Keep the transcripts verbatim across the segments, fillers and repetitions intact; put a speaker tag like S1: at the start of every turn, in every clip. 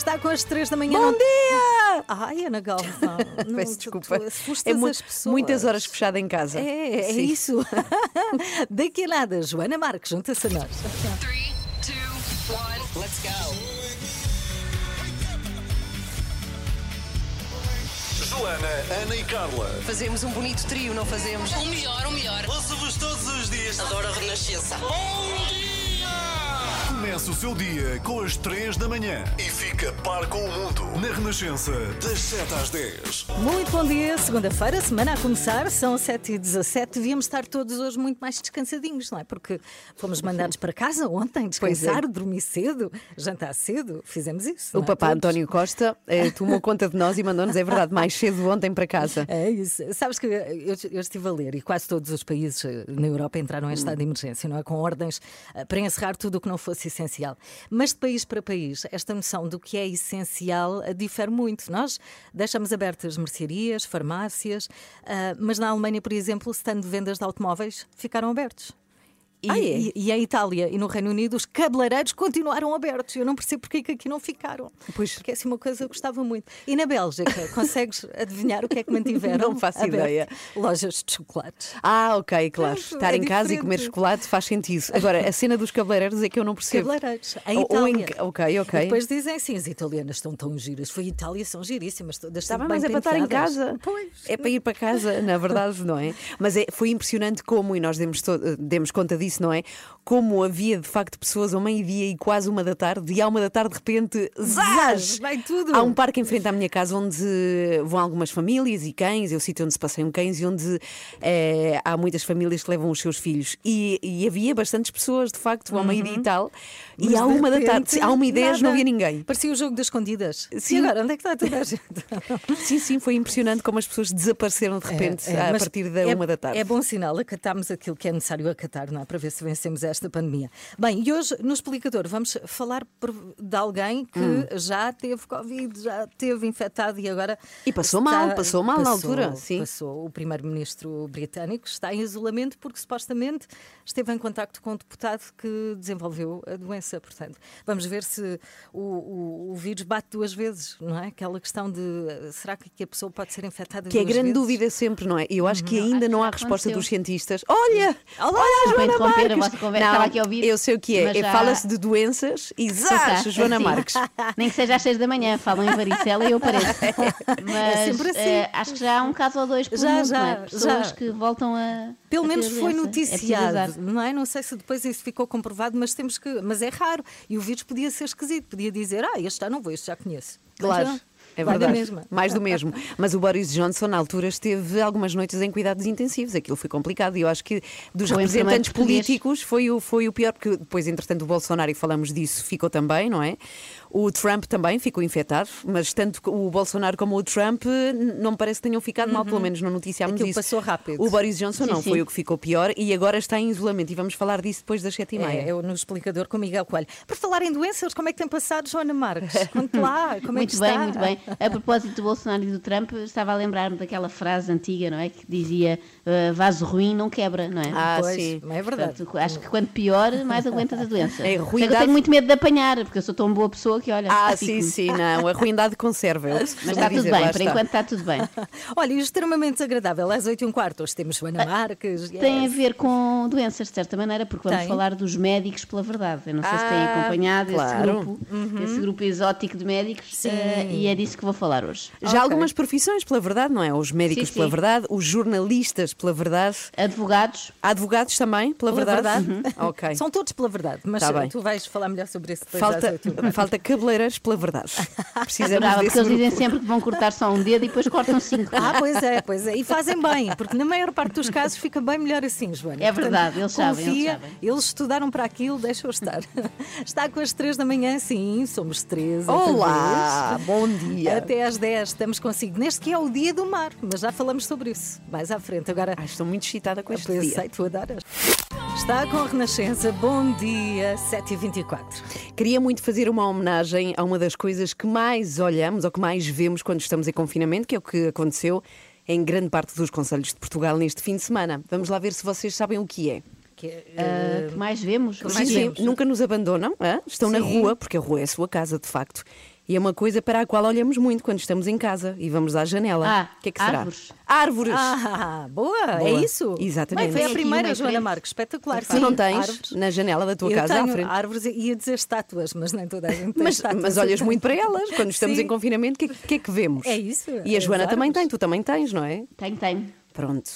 S1: Está com as três da manhã.
S2: Bom
S1: não...
S2: dia!
S1: Ai, Ana Galvão.
S2: Peço desculpa.
S1: Tu,
S2: é mu
S1: as pessoas.
S2: muitas horas fechada em casa.
S1: É, é
S2: Sim.
S1: isso. Daqui a nada, Joana Marques, junta-se a nós.
S3: three, two, one, let's go.
S4: Joana, Ana e Carla.
S3: Fazemos um bonito trio, não fazemos?
S5: O melhor, o melhor.
S4: Ouço-vos todos os dias.
S5: Adoro a Renascença.
S4: Bom dia! Começa o seu dia com as três da manhã e fica par com o mundo na Renascença, das sete às dez.
S1: Muito bom dia, segunda-feira, semana a começar, são sete e dezassete. Devíamos estar todos hoje muito mais descansadinhos, não é? Porque fomos mandados para casa ontem descansar,
S2: é.
S1: dormir cedo, jantar cedo, fizemos isso.
S2: O
S1: não é?
S2: papá
S1: Todos.
S2: António Costa eh, tomou conta de nós e mandou-nos, é verdade, mais cedo ontem para casa.
S1: É isso. Sabes que eu, eu estive a ler e quase todos os países na Europa entraram em estado de emergência, não é? Com ordens eh, para encerrar tudo o que não fosse essencial. Mas de país para país, esta noção do que é essencial eh, difere muito. Nós deixamos abertas mercearias, farmácias, eh, mas na Alemanha, por exemplo, o stand de vendas de automóveis ficaram abertos. E,
S2: Ah, é?
S1: e, e em Itália e no Reino Unido os cabeleireiros continuaram abertos. Eu não percebo porque é que aqui não ficaram.
S2: Pois.
S1: Porque é assim uma coisa que eu gostava muito. E na Bélgica, consegues adivinhar o que é que mantiveram?
S2: Não faço
S1: aberto?
S2: ideia.
S1: Lojas de chocolates.
S2: Ah, ok, claro.
S1: Pronto,
S2: Estar
S1: é
S2: em casa e comer
S1: diferente.
S2: chocolate faz sentido. Agora, a cena dos cabeleireiros é que eu não percebo.
S1: Cabeleireiros. Em
S2: Ou- ou em-
S1: Itália.
S2: ok, ok.
S1: E depois dizem sim, as italianas estão tão giras. Foi Itália, são giríssimas. Todas
S2: Está bem,
S1: bem
S2: mas é para estar em
S1: penteadas.
S2: casa.
S1: Pois.
S2: É para ir para casa, na verdade, não é? Mas é, foi impressionante como, e nós demos, to- demos conta disso, não é? Como havia de facto pessoas ao meio-dia e quase uma da tarde, e à uma da tarde de repente, zás!
S1: Vai tudo.
S2: Há um parque em frente à minha casa onde vão algumas famílias e cães, é o sítio onde se passeiam cães e onde eh, há muitas famílias que levam os seus filhos. E, e havia bastantes pessoas, de facto, ao meio-dia e tal, e
S1: Mas
S2: à
S1: de
S2: uma da
S1: repente,
S2: tarde, à uma e dez,
S1: nada.
S2: não havia ninguém.
S1: Parecia o jogo das escondidas.
S2: Sim.
S1: E agora, onde é que está toda a gente?
S2: Sim, sim, foi impressionante como as pessoas desapareceram de repente
S1: É, é,
S2: a
S1: mas
S2: partir da
S1: é,
S2: uma da tarde.
S1: É bom sinal, acatarmos aquilo que é necessário acatar, não é? Para ver se vencemos esta pandemia. Bem, e hoje no Explicador vamos falar por- de alguém que
S2: Hum.
S1: já teve Covid, já teve infectado e agora.
S2: E passou
S1: está-
S2: mal, passou mal na
S1: passou-
S2: altura, sim.
S1: Passou. O primeiro-ministro britânico está em isolamento porque supostamente esteve em contacto com um deputado que desenvolveu a doença. Portanto, vamos ver se o, o, o vírus bate duas vezes, não é? Aquela questão de será que a pessoa pode ser infectada
S2: Que é
S1: duas
S2: grande
S1: vezes?
S2: dúvida sempre, não é? E eu acho que ainda
S6: acho
S2: não
S6: que
S2: há
S6: já
S2: resposta
S6: aconteceu.
S2: dos cientistas. Olha! Olha,
S6: Desculpa
S2: Joana
S6: interromper a
S2: Marques!
S6: vossa conversa,
S2: Não,
S6: estava aqui a ouvir,
S2: eu sei o que é.
S6: mas
S2: é
S6: já-
S2: Fala-se de doenças e
S6: Pois
S2: zás,
S6: está,
S2: Joana
S6: assim.
S2: Marques.
S6: Nem que seja às seis da manhã, falam em varicela e eu apareço. Mas
S1: É sempre assim.
S6: eh, acho que já há um caso ou dois por
S1: Já,
S6: mundo,
S1: já,
S6: não é? Pessoas
S1: já.
S6: que voltam a.
S1: Pelo
S6: a ter
S1: menos
S6: a
S1: foi
S6: doença. É preciso azar.
S1: noticiado, não é? Não sei se depois isso ficou comprovado, mas temos que. Mas é raro. E o vírus podia ser esquisito, podia dizer, ah, este já não vou, este já conheço. Mas
S2: Claro.
S1: não,
S2: É
S1: vai da
S2: verdade.
S1: mesma.
S2: Mais do mesmo. Mas o Boris Johnson, na altura, esteve algumas noites em cuidados intensivos. Aquilo foi complicado. E eu acho que dos
S6: Foi em
S2: representantes
S6: primeiro português.
S2: políticos foi o, foi o pior, porque depois, entretanto, o Bolsonaro, e falamos disso, ficou também, não é? O Trump também ficou infectado, mas tanto o Bolsonaro como o Trump não me parece que tenham ficado mal, pelo menos não noticiámos
S1: Aquilo
S2: isso.
S1: passou rápido.
S2: O Boris Johnson
S6: Sim,
S2: não,
S6: sim.
S2: foi o que ficou pior e agora está em isolamento. E vamos falar disso depois das sete e meia.
S1: É, eu no explicador com o Miguel Coelho. Por falar em doenças, como é que tem passado, Joana Marques? Conte lá, como é que
S6: Muito bem,
S1: está?
S6: muito bem. A propósito do Bolsonaro e do Trump, estava a lembrar-me daquela frase antiga, não é? Que dizia uh, vaso ruim não quebra, não é?
S2: Ah,
S1: Pois,
S2: sim.
S1: é verdade.
S6: Portanto, acho que quanto pior, mais aguentas a doença.
S2: É,
S6: Por isso é que
S2: ruindade-
S6: eu tenho muito medo de apanhar, porque eu sou tão boa pessoa que, olha,
S2: Ah,
S6: fico-me.
S2: sim, sim, não. A ruindade conserva. é o que se
S6: Mas
S2: costuma
S6: está tudo
S2: dizer,
S6: bem,
S2: lá
S6: por
S2: está.
S6: enquanto está tudo bem.
S1: Olha, e o extremamente desagradável, às oito e um quarto, hoje temos Joana Marques.
S6: Tem a
S1: yes.
S6: ver com doenças, de certa maneira, porque vamos
S1: Tem.
S6: falar dos médicos pela verdade. Eu não sei se têm
S2: Ah,
S6: acompanhado
S2: claro.
S6: esse grupo, esse grupo exótico de médicos,
S1: Sim.
S6: eh, e é disso que vou falar hoje.
S2: Já
S1: Ok.
S2: algumas profissões pela verdade, não é? Os médicos
S6: Sim,
S2: pela
S6: sim.
S2: verdade, os jornalistas pela verdade,
S6: Advogados,
S2: advogados também pela,
S1: Pela
S2: verdade.
S1: verdade.
S2: Uhum. Ok.
S1: São todos pela verdade, mas
S2: Tá bem.
S1: tu vais falar melhor sobre isso depois às
S2: Falta,
S1: oito e um quarto.
S2: falta cabeleireiros pela verdade. Precisamos
S6: adorava,
S2: desse
S6: porque eles dizem
S2: grupo.
S6: sempre que vão cortar só um dedo e depois cortam cinco.
S1: Ah, pois é, pois é. E fazem bem, porque na maior parte dos casos fica bem melhor assim, Joana.
S6: É verdade, eles sabem,
S1: confia,
S6: eles sabem.
S1: eles estudaram para aquilo, deixa-o estar. Está com as três da manhã, sim, somos três. outra
S2: Olá,
S1: vez.
S2: bom dia.
S1: Até às dez estamos consigo, neste que é o dia do mar, mas já falamos sobre isso mais à frente. Agora,
S2: Ai, estou muito excitada com este
S1: eu
S2: dia.
S1: sei, tu adoras. Está com a Renascença, bom dia, sete e vinte e quatro.
S2: Queria muito fazer uma homenagem a uma das coisas que mais olhamos ou que mais vemos quando estamos em confinamento, que é o que aconteceu em grande parte dos concelhos de Portugal neste fim de semana. Vamos lá ver se vocês sabem o que é.
S1: Que, é,
S6: Ah,
S1: eh,
S6: que mais vemos?
S1: que
S2: Sim,
S1: mais
S2: sim,
S1: vemos?
S2: nunca nos abandonam, hã? Estão na
S1: Sim.
S2: rua, porque a rua é a sua casa, de facto. E é uma coisa para a qual olhamos muito quando estamos em casa e vamos à janela.
S6: Ah,
S2: o que é que será?
S6: árvores.
S2: Árvores!
S1: Ah, boa,
S2: Boa.
S1: é isso?
S2: Exatamente.
S1: Bem, foi a
S6: Aqui
S1: primeira,
S6: uma em
S1: Joana
S6: frente.
S1: Marques, espetacular.
S2: Tu não
S1: Sim,
S2: tens
S1: árvores.
S2: na janela da tua
S1: Eu
S2: casa à
S1: tenho
S2: frente.
S1: árvores, ia dizer estátuas, mas nem toda a gente tem
S2: Mas,
S1: estátuas.
S2: mas olhas muito para elas. Quando estamos
S1: Sim.
S2: em confinamento, o que, é- que é que vemos?
S1: É isso,
S2: E a
S1: as
S2: Joana também
S1: árvores.
S2: tem, tu também tens, não é?
S6: Tenho, tenho.
S2: Pronto.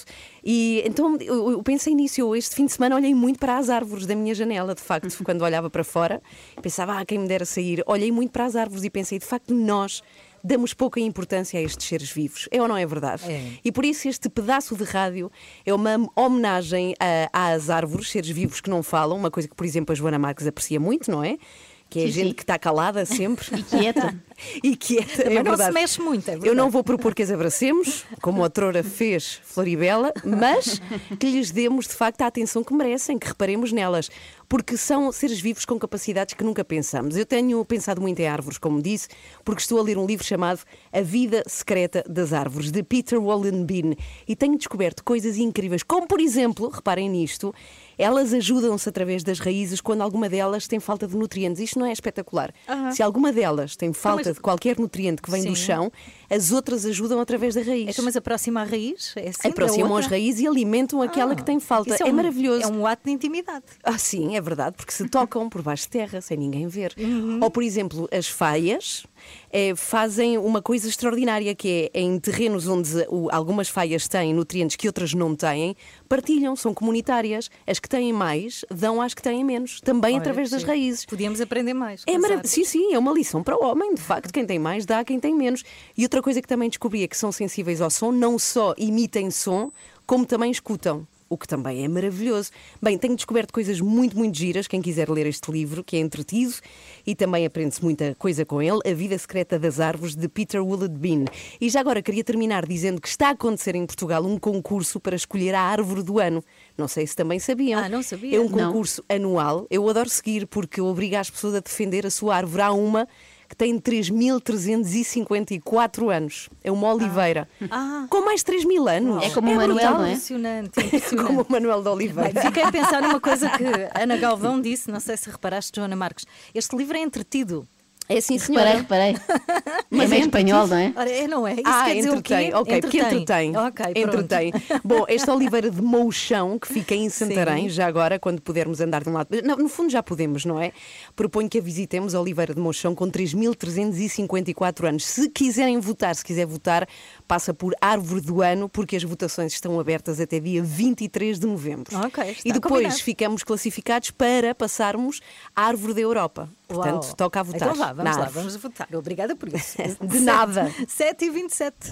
S2: E então eu, eu pensei nisso. Eu este fim de semana olhei muito para as árvores da minha janela, de facto, quando olhava para fora, pensava, ah, quem me dera sair. Olhei muito para as árvores e pensei, de facto, nós damos pouca importância a estes seres vivos. É ou não é verdade?
S1: É.
S2: E por isso este pedaço de rádio é uma homenagem a- às árvores, seres vivos que não falam, uma coisa que, por exemplo, a Joana Marques aprecia muito, não é? Que é
S6: Sim,
S2: gente
S6: sim.
S2: que está calada sempre.
S6: E quieta.
S2: E quieta,
S1: Também
S2: é
S1: não se
S2: verdade.
S1: mexe muito, é
S2: Eu
S1: verdade.
S2: não vou propor que as abracemos, como a outrora fez Floribela, mas que lhes demos de facto a atenção que merecem, que reparemos nelas, porque são seres vivos com capacidades que nunca pensamos. Eu tenho pensado muito em árvores, como disse, porque estou a ler um livro chamado A Vida Secreta das Árvores, de Peter Wallenbean, e tenho descoberto coisas incríveis, como por exemplo, reparem nisto, elas ajudam-se através das raízes quando alguma delas tem falta de nutrientes. Isto não é espetacular? Se alguma delas tem falta
S1: mas-
S2: de qualquer nutriente que vem
S1: Sim.
S2: do chão, as outras ajudam através da raiz.
S1: Então, mas aproxima a raiz? É assim,
S2: Aproximam
S1: da
S2: as
S1: outra?
S2: raízes e alimentam aquela
S1: Ah,
S2: que tem falta.
S1: isso
S2: É,
S1: um-
S2: maravilhoso.
S1: É um ato de intimidade.
S2: Ah, sim, é verdade, porque se tocam por baixo de terra, sem ninguém ver.
S1: Uhum.
S2: Ou, por exemplo, as faias eh, fazem uma coisa extraordinária, que é em terrenos onde o- algumas faias têm nutrientes que outras não têm, partilham, são comunitárias. As que têm mais dão às que têm menos, também
S1: Olha,
S2: através das
S1: sim.
S2: raízes.
S1: Podíamos aprender mais. com
S2: É
S1: as
S2: marav-
S1: árvores.
S2: Sim, sim, é uma lição para o homem, de facto. Quem tem mais dá a quem tem menos. E outra coisa que também descobri é que são sensíveis ao som, não só emitem som, como também escutam. O que também é maravilhoso. Bem, tenho descoberto coisas muito, muito giras. Quem quiser ler este livro, que é entretido e também aprende-se muita coisa com ele, A Vida Secreta das Árvores, de Peter Wallenbean. E já agora queria terminar dizendo que está a acontecer em Portugal um concurso para escolher a árvore do ano. Não sei se também sabiam.
S1: Ah, não sabia.
S2: É um
S6: Não.
S2: concurso anual. Eu adoro seguir porque obriga as pessoas a defender a sua árvore. Há uma que tem três mil trezentos e cinquenta e quatro anos. É uma oliveira.
S1: Ah.
S2: Com mais de três mil anos.
S6: É como o Manuel,
S2: brutal.
S6: não é?
S1: Impressionante, impressionante.
S2: Como o Manuel de Oliveira.
S1: Bem, fiquei a pensar numa coisa que a Ana Galvão disse, não sei se reparaste, Joana Marques. Este livro é entretido.
S2: É assim, senhora.
S6: Reparei, reparei.
S2: Mas
S6: é meio
S2: é
S6: espanhol, não é?
S1: Ora, é, não é? Isso
S2: Ah,
S1: quer dizer o quê?
S2: entretém. Ok, porque entretém.
S1: Ok, pronto.
S2: entretém. Bom, esta oliveira de Mouchão, que fica em Santarém,
S1: Sim.
S2: já agora, quando pudermos andar de um lado. Não, no fundo já podemos, não é? Proponho que a visitemos, a Oliveira de Mouchão, com três mil trezentos e cinquenta e quatro anos. Se quiserem votar, se quiser votar, passa por Árvore do Ano, porque as votações estão abertas até dia vinte e três de novembro.
S1: Ok, está
S2: e depois
S1: combinado.
S2: ficamos classificados para passarmos à Árvore da Europa. Portanto,
S1: Uau.
S2: toca a votar.
S1: Então vá, vamos
S2: na
S1: lá,
S2: árvore.
S1: vamos votar. Obrigada por isso.
S2: De nada.
S1: sete e vinte e sete.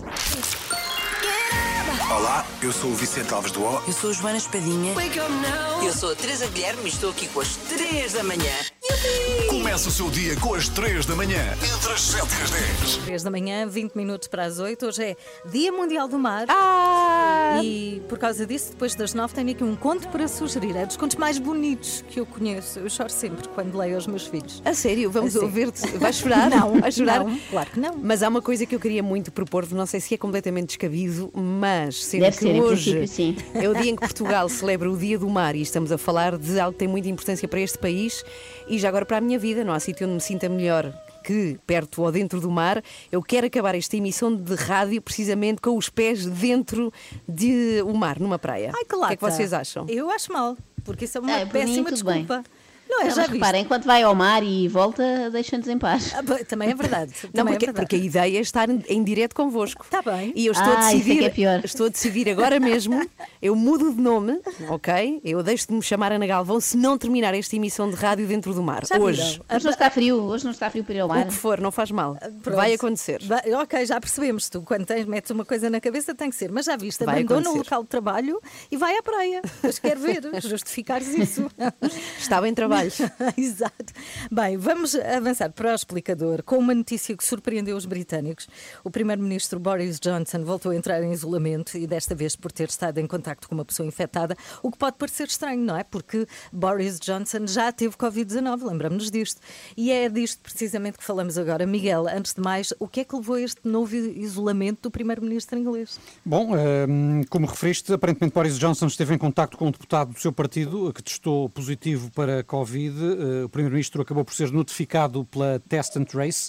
S4: Olá, eu sou o Vicente Alves do O.
S5: Eu sou a Joana Espadinha. Eu sou a Teresa Guilherme e estou aqui com as três da manhã.
S4: Começa o seu dia com as três da manhã, entre as sete e as dez.
S1: três da manhã, vinte minutos para as oito. Hoje é Dia Mundial do Mar.
S2: Ah!
S1: E por causa disso, depois das nove, tenho aqui um conto para sugerir. É dos contos mais bonitos que eu conheço. Eu choro sempre quando leio aos meus filhos.
S2: A sério, vamos
S1: A sério.
S2: ouvir-te. Vais chorar?
S1: Não,
S2: Vais chorar?
S1: não, claro que não.
S2: Mas há uma coisa que eu queria muito propor-vos, não sei se é completamente descabido, mas sendo
S6: Deve
S2: que
S6: ser, em
S2: hoje
S6: princípio, sim.
S2: é o dia em que Portugal celebra o Dia do Mar e estamos a falar de algo que tem muita importância para este país e já agora para a minha vida, não há sítio onde me sinta melhor que perto ou dentro do mar. Eu quero acabar esta emissão de rádio precisamente com os pés dentro de o mar, numa praia.
S1: Ai, que
S2: O
S1: lata.
S2: que é que vocês acham?
S1: Eu acho mal, porque isso é uma
S6: Ah, por mim,
S1: péssima
S6: tudo bem.
S1: desculpa. Não é?
S6: Não,
S1: Já
S6: mas
S1: viste?
S6: reparem, enquanto vai ao mar e volta, deixa-nos em paz.
S1: Ah, bem, também é verdade.
S2: Não,
S1: também
S2: porque,
S1: é verdade.
S2: porque a ideia é estar em, em direto convosco.
S1: Está bem.
S2: E eu estou a
S6: Ah, isso é
S2: decidir,
S6: que é pior.
S2: estou a decidir agora mesmo, eu mudo de nome, ok? Eu deixo de me chamar Ana Galvão se não terminar esta emissão de rádio dentro do mar.
S1: Já
S2: Hoje.
S1: viram?
S6: Hoje não está frio, hoje não está frio para ir ao
S2: O
S6: mar.
S2: que for, não faz mal.
S1: Pronto.
S2: Vai acontecer.
S1: Vai- ok, já percebemos. Tu, quando tens, metes uma coisa na cabeça, tem que ser. Mas já viste,
S2: Vai
S1: abandona o
S2: acontecer.
S1: local de trabalho e vai à praia. Mas quero ver, justificares isso.
S2: Estava em trabalho.
S1: Exato. Bem, vamos avançar para o explicador com uma notícia que surpreendeu os britânicos. O primeiro-ministro Boris Johnson voltou a entrar em isolamento e desta vez por ter estado em contacto com uma pessoa infectada, o que pode parecer estranho, não é? Porque Boris Johnson já teve covid dezanove, lembramos-nos disto. E é disto precisamente que falamos agora. Miguel, antes de mais, o que é que levou a este novo isolamento do primeiro-ministro inglês?
S7: Bom, hum, como referiste, aparentemente Boris Johnson esteve em contacto com um deputado do seu partido que testou positivo para Covid. Uh, O primeiro-ministro acabou por ser notificado pela Test and Trace,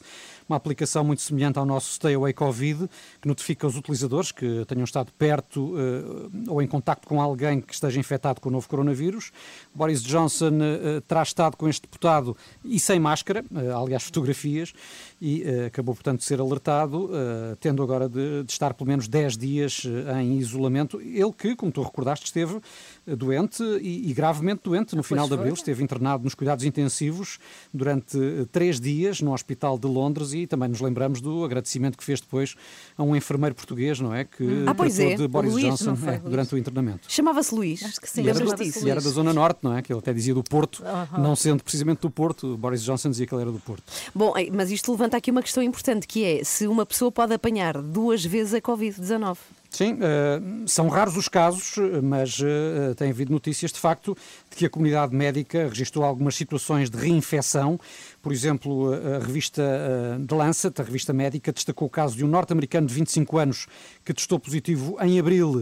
S7: uma aplicação muito semelhante ao nosso Stay Away Covid, que notifica os utilizadores que tenham estado perto uh, ou em contacto com alguém que esteja infectado com o novo coronavírus. Boris Johnson uh, terá estado com este deputado e sem máscara, uh, aliás fotografias, e uh, acabou, portanto, de ser alertado, uh, tendo agora de, de estar pelo menos dez dias uh, em isolamento. Ele que, como tu recordaste, esteve uh, doente e, e gravemente doente no final de abril, esteve internado nos cuidados intensivos durante uh, três dias no Hospital de Londres, e também nos lembramos do agradecimento que fez depois a um enfermeiro português, não é? Que
S2: hum. ah,
S7: tratou
S2: é.
S7: de Boris
S1: Luís,
S7: Johnson
S1: foi,
S7: é, durante o internamento.
S2: Chamava-se Luís.
S1: Acho que sim.
S7: E era,
S2: disso?
S7: e era da Zona Norte, não é? Que ele até dizia do Porto,
S1: uh-huh.
S7: não sendo precisamente do Porto, Boris Johnson dizia que ele era do Porto.
S2: Bom, mas isto levanta aqui uma questão importante, que é se uma pessoa pode apanhar duas vezes a covid dezanove.
S7: Sim, uh, são raros os casos, mas uh, tem havido notícias de facto de que a comunidade médica registrou algumas situações de reinfecção. Por exemplo, a revista uh, The Lancet, a revista médica, destacou o caso de um norte-americano de vinte e cinco anos que testou positivo em abril,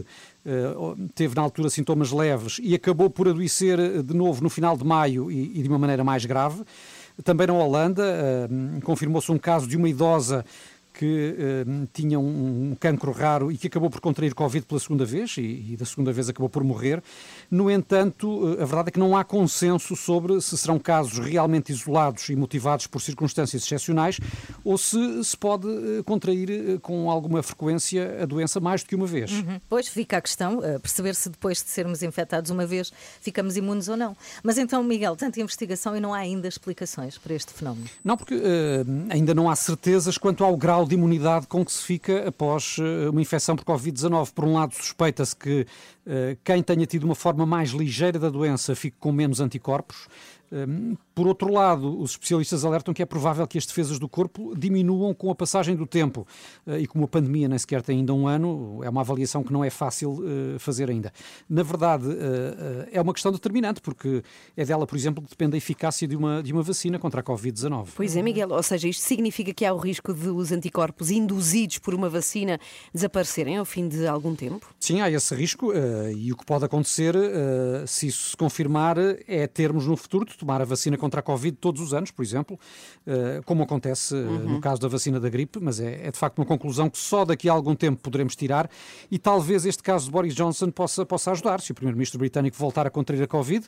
S7: uh, teve na altura sintomas leves e acabou por adoecer de novo no final de maio e, e de uma maneira mais grave. Também na Holanda, uh, confirmou-se um caso de uma idosa que uh, tinha um, um cancro raro e que acabou por contrair Covid pela segunda vez e, e da segunda vez acabou por morrer. No entanto, uh, a verdade é que não há consenso sobre se serão casos realmente isolados e motivados por circunstâncias excepcionais ou se se pode uh, contrair uh, com alguma frequência a doença mais do que uma vez.
S1: Uhum. Pois fica a questão, uh, perceber se depois de sermos infectados uma vez ficamos imunes ou não. Mas então, Miguel, tanta investigação e não há ainda explicações para este fenómeno?
S7: Não, porque uh, ainda não há certezas quanto ao grau de imunidade com que se fica após uh, uma infecção por covid dezanove. Por um lado, suspeita-se que uh, quem tenha tido uma forma mais ligeira da doença fique com menos anticorpos. Um, por outro lado, os especialistas alertam que é provável que as defesas do corpo diminuam com a passagem do tempo. Uh, e como a pandemia nem sequer tem ainda um ano, é uma avaliação que não é fácil uh, fazer ainda. Na verdade, uh, uh, é uma questão determinante, porque é dela, por exemplo, que depende a eficácia de uma, de uma vacina contra a covid dezanove.
S2: Pois é, Miguel, ou seja, isto significa que há o risco de os anticorpos induzidos por uma vacina desaparecerem ao fim de algum tempo?
S7: Sim, há esse risco, uh, e o que pode acontecer, uh, se isso se confirmar, é termos no futuro de tomar a vacina contra a Covid todos os anos, por exemplo, uh, como acontece uh, uhum. no caso da vacina da gripe, mas é, é de facto uma conclusão que só daqui a algum tempo poderemos tirar, e talvez este caso de Boris Johnson possa, possa ajudar. Se o primeiro-ministro britânico voltar a contrair a Covid,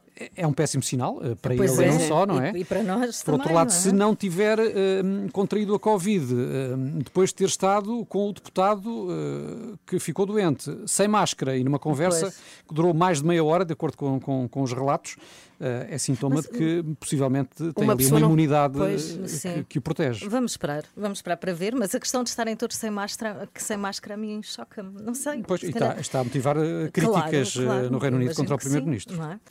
S7: é um péssimo sinal uh, para pois ele é. e não só, não é?
S1: E, e para nós
S7: Por
S1: também,
S7: outro lado,
S1: não é?
S7: se não tiver uh, contraído a Covid, uh, depois de ter estado com o deputado uh, que ficou doente, sem máscara e numa conversa
S1: pois.
S7: que durou mais de meia hora, de acordo com, com, com os relatos, uh, é sintoma
S1: Mas,
S7: de que possivelmente tem
S2: uma
S7: ali uma
S2: não...
S7: imunidade
S1: pois,
S7: que, que o protege.
S1: Vamos esperar, vamos esperar para ver, mas a questão de estarem todos sem máscara, que sem máscara a mim choca-me, não sei.
S7: Pois, e
S1: calhar...
S7: está, está a motivar uh, críticas
S1: claro, claro,
S7: uh, no Reino Unido contra o
S1: sim,
S7: primeiro-ministro.
S1: não é?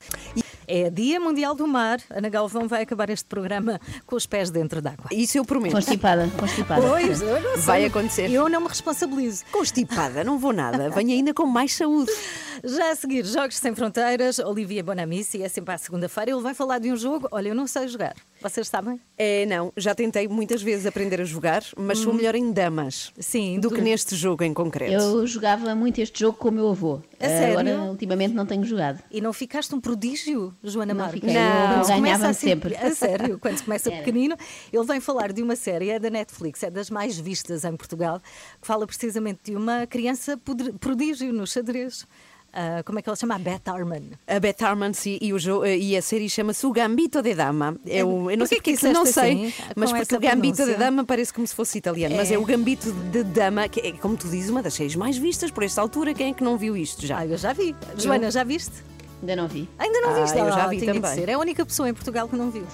S1: É Dia Mundial do Mar. Ana Galvão vai acabar este programa com os pés dentro d'água.
S2: Isso eu prometo.
S6: Constipada, constipada.
S1: Pois, eu não sei.
S2: Vai acontecer.
S1: Eu não me responsabilizo.
S2: Constipada, não vou nada. Venho ainda com mais saúde.
S1: Já a seguir, Jogos Sem Fronteiras, Olivier Bonamici, é sempre à segunda-feira. Ele vai falar de um jogo. Olha, eu não sei jogar. Vocês sabem?
S2: É, não, já tentei muitas vezes aprender a jogar, mas sou melhor em damas.
S1: Sim,
S2: do
S1: tu...
S2: que neste jogo em concreto.
S6: Eu jogava muito este jogo com o meu avô.
S1: A sério?
S6: Agora, ultimamente, não tenho jogado.
S1: E não ficaste um prodígio, Joana
S6: Não
S1: Marques?
S6: fiquei,
S2: Não.
S6: eu ganhava
S1: assim,
S6: sempre.
S1: A sério, quando se começa
S6: Era.
S1: pequenino, ele vem falar de uma série, é da Netflix, é das mais vistas em Portugal, que fala precisamente de uma criança prodígio no xadrez. Uh, como é que ela se chama? A Beth Harmon.
S2: A Beth Harmon, sim, e, o jogo, e a série chama-se O Gambito de Dama. É o, eu não sei o que é que não sei,
S1: assim,
S2: mas porque o Gambito
S1: pronúncia.
S2: de Dama parece como se fosse italiano,
S1: É.
S2: mas é o Gambito de Dama, que é, como tu dizes, uma das séries mais vistas por esta altura. Quem é que não viu isto já?
S1: Ah, eu já vi. Joana, já viste?
S6: Ainda não vi.
S1: Ainda não
S2: Ah,
S1: viste?
S2: eu já
S1: Ah,
S2: vi
S1: tinha que
S2: também.
S1: ser. É a única pessoa em Portugal que não viu.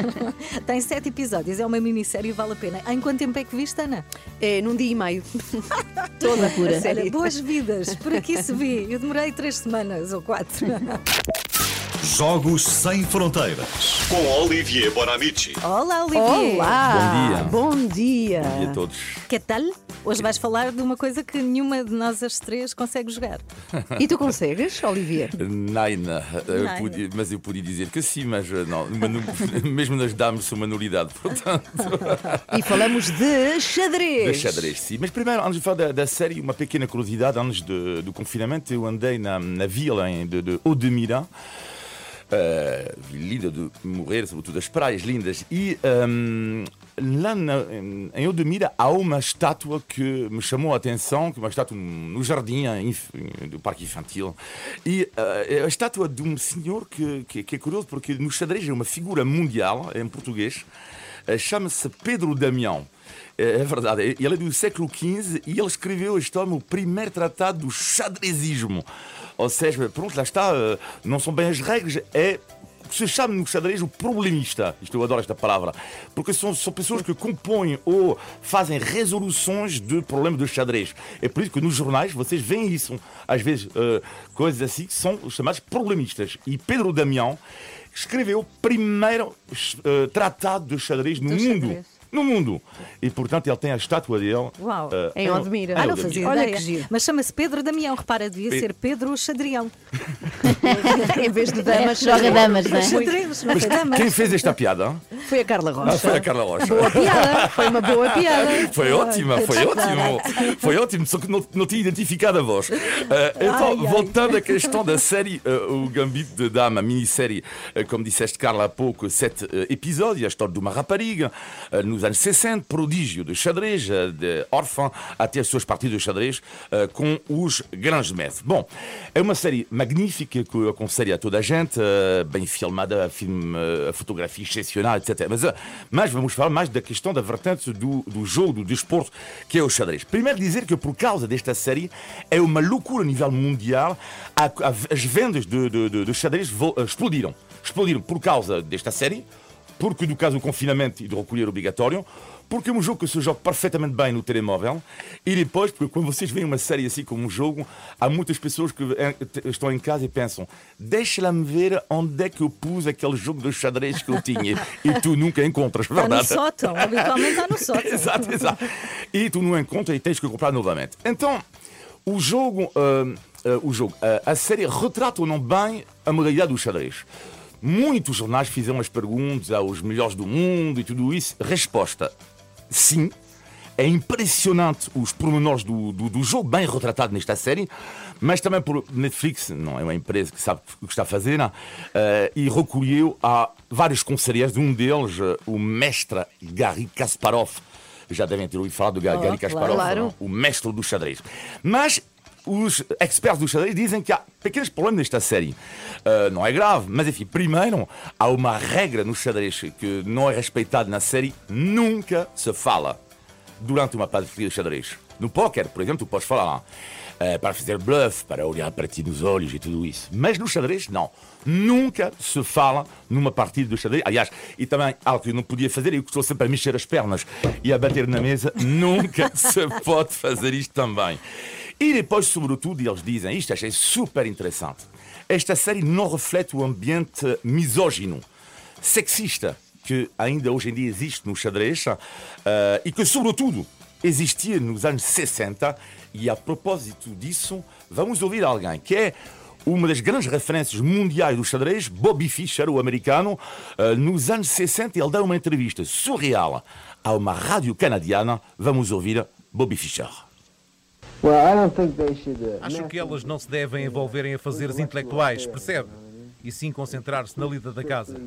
S1: Tem sete episódios, é uma minissérie e vale a pena. Em quanto tempo é que viste, Ana?
S2: É num dia e meio.
S6: Toda a pura.
S1: Olha, boas vidas, por aqui se vê. Eu demorei três semanas ou quatro.
S4: Jogos Sem Fronteiras com Olivier Bonamici.
S1: Olá, Olivier.
S2: Olá!
S8: Bom
S2: Bom dia!
S8: Bom dia a todos.
S1: Que tal? Hoje vais falar de uma coisa que nenhuma de nós as três consegue jogar.
S2: E tu consegues, Olivier?
S8: Nein, eu
S1: Nein.
S8: podia- mas eu podia dizer que sim, mas eh, não, manu- mesmo nas damas sou uma nulidade, portanto.
S2: E falamos de xadrez.
S8: De xadrez, sim. Mas primeiro, antes de falar da, da série, uma pequena curiosidade. Antes de- do confinamento, eu andei na, na vila em- de, de Haut-de-Mira. Uh, linda de morrer, sobretudo as praias lindas. E um, lá na, em Odmira há uma estátua que me chamou a atenção, que é uma estátua no jardim do Parque Infantil. E uh, é a estátua de um senhor que, que, que é curioso, porque no xadrez é uma figura mundial, em português, uh, chama-se Pedro Damião. É verdade, ele é do século quinze e ele escreveu a história, o primeiro tratado do xadrezismo. Ou seja, pronto, lá está, não são bem as regras, é o que se chama no xadrez o problemista. Isto, eu adoro esta palavra, porque são, são pessoas que compõem ou fazem resoluções de problemas do xadrez. É por isso que nos jornais vocês veem isso, às vezes, uh, coisas assim que são chamadas problemistas. E Pedro Damião escreveu o primeiro uh, tratado de xadrez no
S1: do
S8: mundo.
S1: Xadrez.
S8: No mundo. E, portanto, ele tem a estátua dele.
S1: Uau.
S8: Uh,
S2: Em Odmira.
S1: Ah, não fazia
S2: Olha
S1: ideia.
S2: que giro.
S1: Mas chama-se Pedro Damião, repara, devia
S8: Pe-
S1: ser Pedro Xadrião.
S2: Em vez de damas,
S6: Joga damas, não é?
S1: Xadrez, não
S8: Mas
S1: foi damas.
S8: quem fez esta piada?
S2: foi a Carla Rocha.
S8: Ah, foi a Carla Rocha.
S2: Boa piada, foi uma boa piada.
S8: Foi ótima, foi ótimo. Foi ótimo, só que não, não tinha identificado a voz. Uh, então,
S1: Ai, ai.
S8: voltando à questão da série, uh, o Gambito de Dama, a minissérie, uh, como disseste, Carla, há pouco, sete uh, episódios, a história de uma rapariga, uh, nos anos sessenta, prodígio de xadrez, uh, de órfã, até as suas partidas de xadrez uh, com os grandes mestres. Bom, é uma série magnífica que eu aconselho a toda a gente, uh, bem filmada, filme, uh, a fotografia excepcional, etcétera. Mas, uh, mas vamos falar mais da questão da vertente do, do jogo, do desporto, que é o xadrez. Primeiro dizer que por causa desta série é uma loucura a nível mundial, a, a, as vendas de, de, de, de xadrez vo, uh, explodiram. Explodiram por causa desta série, porque do caso do confinamento e do recolher obrigatório, porque é um jogo que se joga perfeitamente bem no telemóvel, e depois, porque quando vocês veem uma série assim como um jogo, há muitas pessoas que estão em casa e pensam: deixa-me ver onde é que eu pus aquele jogo de xadrez que eu tinha, e tu nunca encontras,
S1: Está no
S8: verdade?
S1: sótão, habitualmente está no sótão.
S8: Exato, exato. E tu não encontras e tens que comprar novamente. Então, o jogo, uh, uh, o jogo uh, a série retrata ou não bem a modalidade do xadrez. Muitos jornais fizeram as perguntas aos melhores do mundo e tudo isso. Resposta: sim. É impressionante os pormenores do, do, do jogo, bem retratado nesta série, mas também por Netflix, não é uma empresa que sabe o que está a fazer, uh, e recolheu a vários conselheiros, um deles, uh, o mestre Garry Kasparov. Já devem ter ouvido falar do Garry
S1: Oh,
S8: Kasparov,
S2: claro.
S8: não? O mestre do xadrez. Mas os experts do xadrez dizem que há pequenos problemas nesta série. Uh, não é grave, mas enfim, primeiro, há uma regra no xadrez que não é respeitada na série: nunca se fala durante uma partida de xadrez. No póquer, por exemplo, tu podes falar uh, para fazer bluff, para olhar para ti nos olhos e tudo isso. Mas no xadrez, não. Nunca se fala numa partida de xadrez. Aliás, e também algo que eu não podia fazer, eu estou sempre a mexer as pernas e a bater na mesa, nunca se pode fazer isto também. E depois, sobretudo, eles dizem isto, achei super interessante: esta série não reflete o ambiente misógino, sexista, que ainda hoje em dia existe no xadrez, uh, e que, sobretudo, existia nos anos sessenta. E a propósito disso, vamos ouvir alguém que é uma das grandes referências mundiais do xadrez, Bobby Fischer, o americano. Uh, nos anos sessenta, ele dá uma entrevista surreal a uma rádio canadiana. Vamos ouvir Bobby Fischer.
S9: Acho que elas não se devem envolver em afazeres intelectuais, percebe? E sim concentrar-se na lida da casa.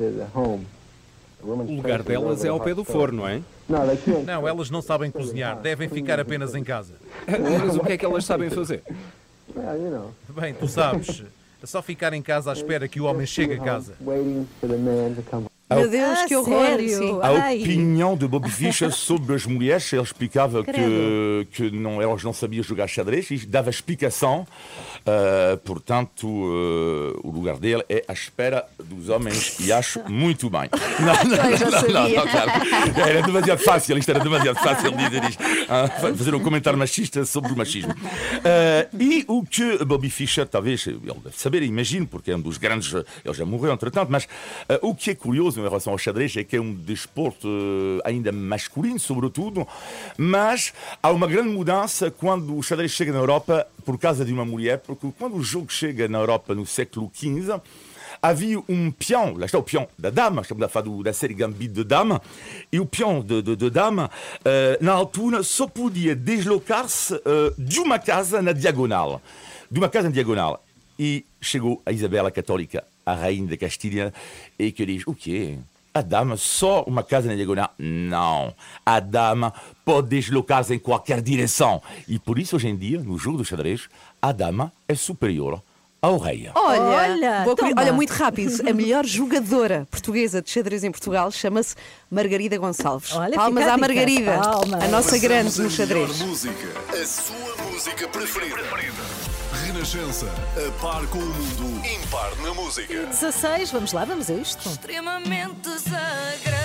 S10: O lugar delas é ao pé do forno, não é?
S9: Não, elas não sabem cozinhar, devem ficar apenas em casa.
S10: Mas o que é que elas sabem fazer?
S9: Bem, tu sabes, é só ficar em casa à espera que o homem chegue a casa.
S2: Meu Deus,
S1: Ah,
S2: que horror!
S1: sério?
S2: Sim.
S8: A
S1: Ai.
S8: opinião de Bobby Fischer sobre as mulheres, ele explicava que, que não, elas não sabiam jogar xadrez e dava explicação. Uh, portanto, uh, o lugar dele é à espera dos homens, e acho muito bem. Não, não,
S2: Eu já
S8: não, não,
S2: sabia.
S8: não, claro. Era demasiado fácil, isto era demasiado fácil dizer isto. Ah, fazer um comentário machista sobre o machismo. Uh, e o que Bobby Fischer, talvez, ele deve saber, imagino, porque é um dos grandes, ele já morreu entretanto, mas uh, o que é curioso em relação ao xadrez é que é um desporto uh, ainda masculino, sobretudo, mas há uma grande mudança quando o xadrez chega na Europa por causa de uma mulher, porque quando o jogo chega na Europa no século quinze, havia um peão, lá está o peão da dama, estamos a falar do, da série Gambito de Dama, e o peão de, de, de dama, uh, na altura, só podia deslocar-se uh, de uma casa na diagonal. De uma casa na diagonal. E chegou a Isabela Católica, a rainha da Castilha, e que diz: o quê? A dama só uma casa na diagonal? Não. A dama pode deslocar-se em qualquer direção. E por isso, hoje em dia, no jogo do xadrez, a dama é superior ao rei.
S2: Olha,
S1: Olha,
S2: vou abrir-
S1: toma.
S2: olha, muito rápido. A melhor jogadora portuguesa de xadrez em Portugal chama-se Margarida Gonçalves.
S1: Olha,
S2: Palmas
S1: fica a
S2: à
S1: dica.
S2: Margarida,
S1: Palmas.
S2: a nossa grande
S4: Passamos a
S2: no xadrez.
S4: melhor música, a sua música preferida. Renascença, a par com o mundo, impar na música.
S1: dezasseis, vamos lá, vamos a isto.
S11: Extremamente desagradável.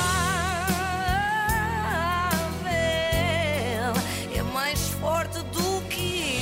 S11: É mais forte do que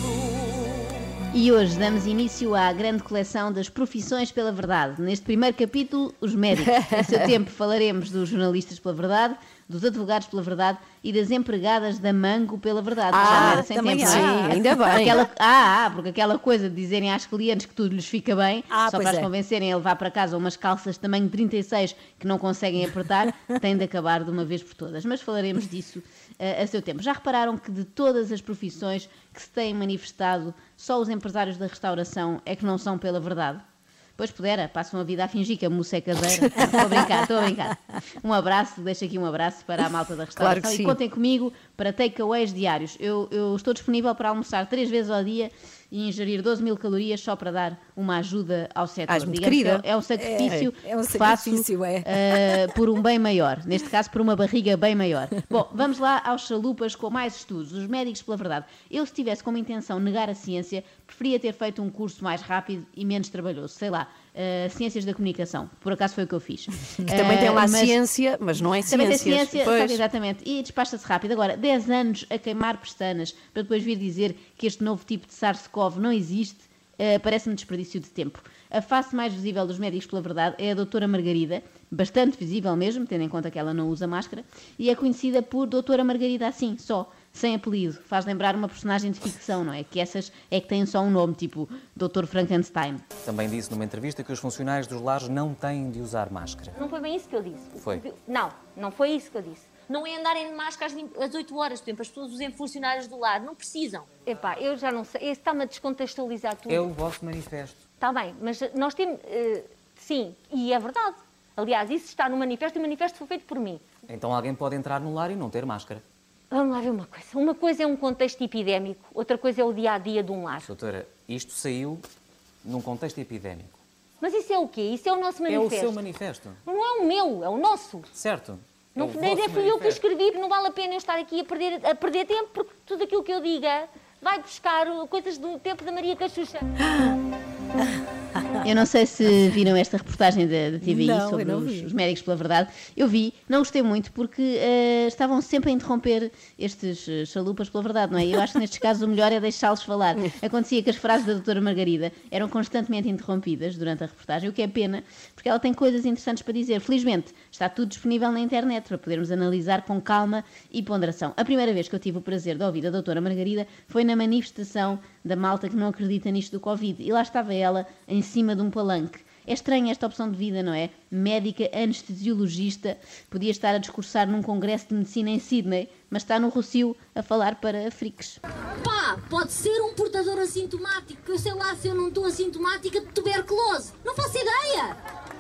S11: eu.
S6: E hoje damos início à grande coleção das profissões pela verdade. Neste primeiro capítulo, os médicos. Em seu tempo falaremos dos jornalistas pela verdade, dos advogados pela verdade e das empregadas da Mango pela verdade.
S2: Ah,
S6: Já não era sem
S1: também
S6: tempo,
S1: há.
S6: não é?
S2: Sim, ainda bem.
S6: Aquela, ah, ah, porque aquela coisa de dizerem às clientes que tudo lhes fica bem,
S1: Ah,
S6: só
S1: pois
S6: para as
S1: é.
S6: convencerem a levar para casa umas calças de tamanho trinta e seis que não conseguem apertar, tem de acabar de uma vez por todas. Mas falaremos disso uh, a seu tempo. Já repararam que de todas as profissões que se têm manifestado, só os empresários da restauração é que não são pela verdade? Pois pudera, passam a vida a fingir que a moça é caseira. Estou a brincar, estou a brincar. Um abraço, deixo aqui um abraço para a malta da restauração.
S2: Claro que
S6: e
S2: sim.
S6: contem comigo para takeaways diários. Eu, eu estou disponível para almoçar três vezes ao dia e ingerir doze mil calorias só para dar uma ajuda ao setor.
S2: Ás muito
S6: Digamos que
S2: querida.
S6: é, é um sacrifício
S1: É, é um
S6: que faço
S1: sacrifício, é.
S6: eh, por um bem maior. Neste caso, por uma barriga bem maior. Bom, vamos lá aos chalupas com mais estudos. Os médicos pela verdade. Eu, se tivesse como intenção negar a ciência, preferia ter feito um curso mais rápido e menos trabalhoso. Sei lá, eh, Ciências da Comunicação. Por acaso foi o que eu fiz.
S2: Que também tem lá
S6: Eh, mas-
S2: ciência, mas não é
S6: também tem
S2: ciências.
S6: ciência,
S2: Pois.
S6: sabe, exatamente, e despacha-se rápido. Agora, dez anos a queimar pestanas para depois vir dizer que este novo tipo de SARS-CoV não existe, eh, parece-me desperdício de tempo. A face mais visível dos médicos pela verdade é a doutora Margarida, bastante visível mesmo, tendo em conta que ela não usa máscara, e é conhecida por doutora Margarida assim, só, sem apelido. Faz lembrar uma personagem de ficção, não é? Que essas é que têm só um nome, tipo doutor Frankenstein.
S12: Também disse numa entrevista que os funcionários dos lares não têm de usar máscara.
S13: Não foi bem isso que eu disse.
S12: Foi.
S13: Não, não foi isso que eu disse. Não é andarem de máscara às vinte às oito horas, por exemplo, as pessoas usem funcionários do lar, não precisam. Epá, eu já não sei, isso está-me a descontextualizar tudo.
S12: É o vosso manifesto.
S13: Está bem, mas nós temos, eh, sim, e é verdade. Aliás, isso está no manifesto e o manifesto foi feito por mim.
S12: Então alguém pode entrar no lar e não ter máscara.
S13: Vamos lá ver uma coisa. Uma coisa é um contexto epidémico, outra coisa é o dia-a-dia de um lar.
S12: Doutora, isto saiu num contexto epidémico.
S13: Mas isso é o quê? Isso é o nosso
S12: É
S13: manifesto.
S12: o seu manifesto.
S13: Não é o meu, é o nosso.
S12: Certo.
S13: Não,
S12: É o
S13: nem
S12: vosso
S13: é fui eu que
S12: manifesto.
S13: escrevi, não vale a pena eu estar aqui a perder, a perder tempo, porque tudo aquilo que eu diga vai buscar uh, coisas do tempo da Maria Cachucha.
S6: Eu não sei se viram esta reportagem da, da T V I
S1: Não,
S6: sobre
S1: eu não
S6: os,
S1: vi.
S6: os médicos pela verdade. Eu vi, não gostei muito porque eh, estavam sempre a interromper estes eh, chalupas pela verdade, não é? Eu acho que nestes casos o melhor é deixá-los falar. Acontecia que as frases da doutora Margarida eram constantemente interrompidas durante a reportagem, o que é pena, porque ela tem coisas interessantes para dizer. Felizmente, está tudo disponível na internet para podermos analisar com calma e ponderação. A primeira vez que eu tive o prazer de ouvir a doutora Margarida foi na manifestação da malta que não acredita nisto do Covid. E lá estava ela, em cima de um palanque. É estranha esta opção de vida, não é? Médica anestesiologista, podia estar a discursar num congresso de medicina em Sydney, mas está no Rossio a falar para freaks.
S14: Pá, pode ser um portador assintomático, que eu sei lá se eu não estou assintomática de tuberculose. Não faço ideia!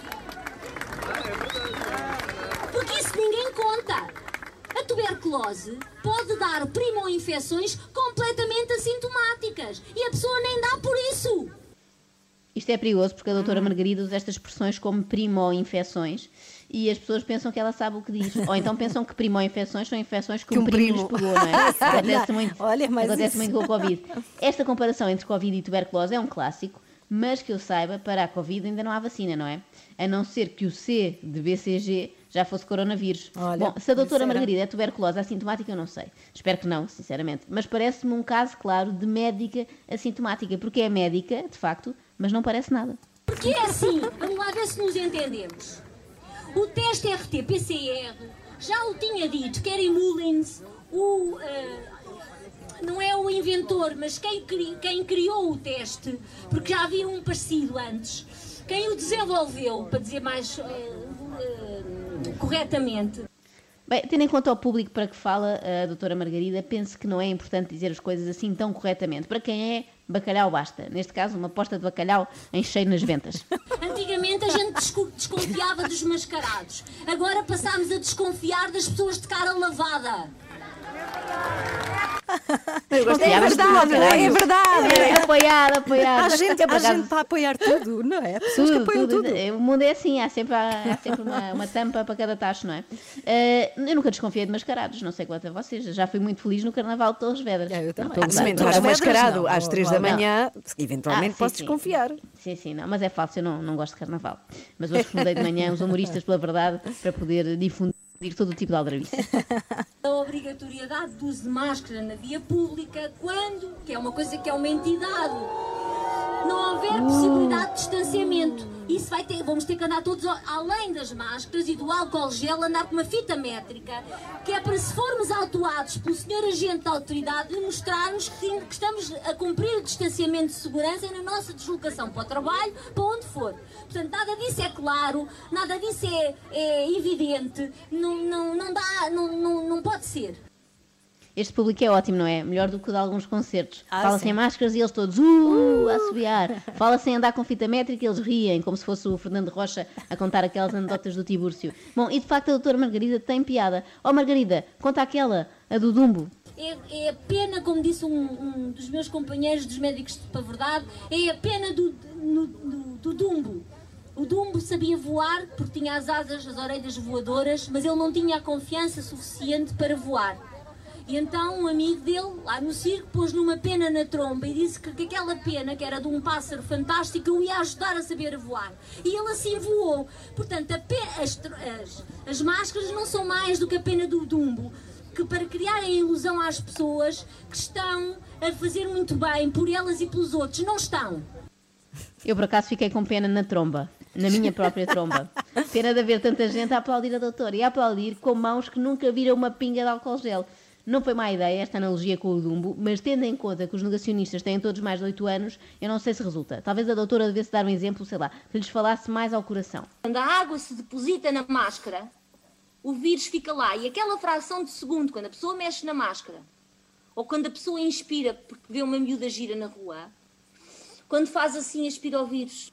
S14: Porque isso ninguém conta. A tuberculose pode dar primo-infecções completamente assintomáticas e a pessoa nem dá por isso.
S6: Isto é perigoso porque a doutora Margarida usa estas expressões como primo-infecções e as pessoas pensam que ela sabe o que diz. Ou então pensam que primo-infecções são infecções que,
S2: Que
S6: um
S2: um
S6: primo lhes
S2: primo.
S6: pegou, não é? Acontece muito,
S1: Olha, mas
S6: acontece
S1: isso.
S6: muito com o Covid. Esta comparação entre Covid e tuberculose é um clássico, mas que eu saiba, para a Covid ainda não há vacina, não é? A não ser que o C de B C G já fosse coronavírus.
S1: Olha,
S6: Bom, se a doutora
S1: isso era-
S6: Margarida é tuberculose assintomática, eu não sei. Espero que não, sinceramente. Mas parece-me um caso, claro, de médica assintomática, porque é médica, de facto, mas não parece nada.
S14: Porque é assim, vamos lá ver se nos entendemos. O teste R T P C R já o tinha dito, Kerry Mullins, o, eh, não é o inventor, mas quem, cri- quem criou o teste, porque já havia um parecido antes, quem o desenvolveu, para dizer mais eh, eh, corretamente.
S6: Bem, tendo em conta o público para que fala a doutora Margarida, penso que não é importante dizer as coisas assim tão corretamente. Para quem é, bacalhau basta. Neste caso, uma posta de bacalhau em cheio nas ventas.
S14: Antigamente a gente desco- desconfiava dos mascarados. Agora passámos a desconfiar das pessoas de cara lavada.
S2: Eu gosto é, verdade, é verdade,
S6: é apoiado, apoiado.
S1: Há gente, há gente para apoiar tudo, não é? Pessoas
S6: tudo,
S1: que apoiam tudo.
S6: tudo. O mundo é assim, há sempre, há sempre uma, uma tampa para cada tacho, não é? Uh, eu nunca desconfiei de mascarados, não sei quanto a vocês. Já fui muito feliz no Carnaval de Torres Vedras.
S1: É, eu também.
S2: Ah, se me entrar mascarado às três da manhã, eventualmente
S6: ah,
S2: posso
S6: sim,
S2: desconfiar.
S6: Sim, sim, não, mas é falso, eu não, não gosto de Carnaval. Mas hoje fundei de manhã os humoristas pela verdade para poder difundir todo o tipo de aldrabice.
S14: A obrigatoriedade do uso de máscara na via pública quando, que é uma coisa que é uma entidade, não houver possibilidade de distanciamento. Isso vai ter, vamos ter que andar todos além das máscaras e do álcool gel, andar com uma fita métrica, que é para, se formos autuados pelo senhor agente da autoridade, demonstrarmos que, que estamos a cumprir o distanciamento de segurança na nossa deslocação para o trabalho, para onde for. Portanto, nada disso é claro, nada disso é, é evidente, não, não, não dá, não, não, não pode ser.
S6: Este público é ótimo, não é? Melhor do que o de alguns concertos.
S1: Ah,
S6: Fala
S1: sim.
S6: sem máscaras e eles todos uh, a assobiar. Fala sem andar com fita métrica e eles riem, como se fosse o Fernando Rocha a contar aquelas anedotas do Tibúrcio. Bom, e de facto a doutora Margarida tem piada. Oh Margarida, conta aquela, a do Dumbo.
S14: É, é a pena, como disse um, um dos meus companheiros dos médicos de Para Verdade, é a pena do, no, do, do Dumbo. O Dumbo sabia voar porque tinha as asas, as orelhas voadoras, mas ele não tinha a confiança suficiente para voar. E então um amigo dele, lá no circo, pôs-lhe uma pena na tromba e disse que, que aquela pena, que era de um pássaro fantástico, o ia ajudar a saber a voar. E ele assim voou. Portanto, a pena, as, as, as máscaras não são mais do que a pena do Dumbo, que para criarem a ilusão às pessoas que estão a fazer muito bem por elas e pelos outros, não estão.
S6: Eu por acaso fiquei com pena na tromba, na minha própria tromba. Pena de haver tanta gente a aplaudir a doutora e a aplaudir com mãos que nunca viram uma pinga de álcool gel. Não foi má ideia esta analogia com o Dumbo, mas tendo em conta que os negacionistas têm todos mais de oito anos, eu não sei se resulta. Talvez a doutora devesse dar um exemplo, sei lá, que lhes falasse mais ao coração.
S14: Quando a água se deposita na máscara, o vírus fica lá e aquela fração de segundo, quando a pessoa mexe na máscara, ou quando a pessoa inspira porque vê uma miúda gira na rua, quando faz assim, aspira o vírus.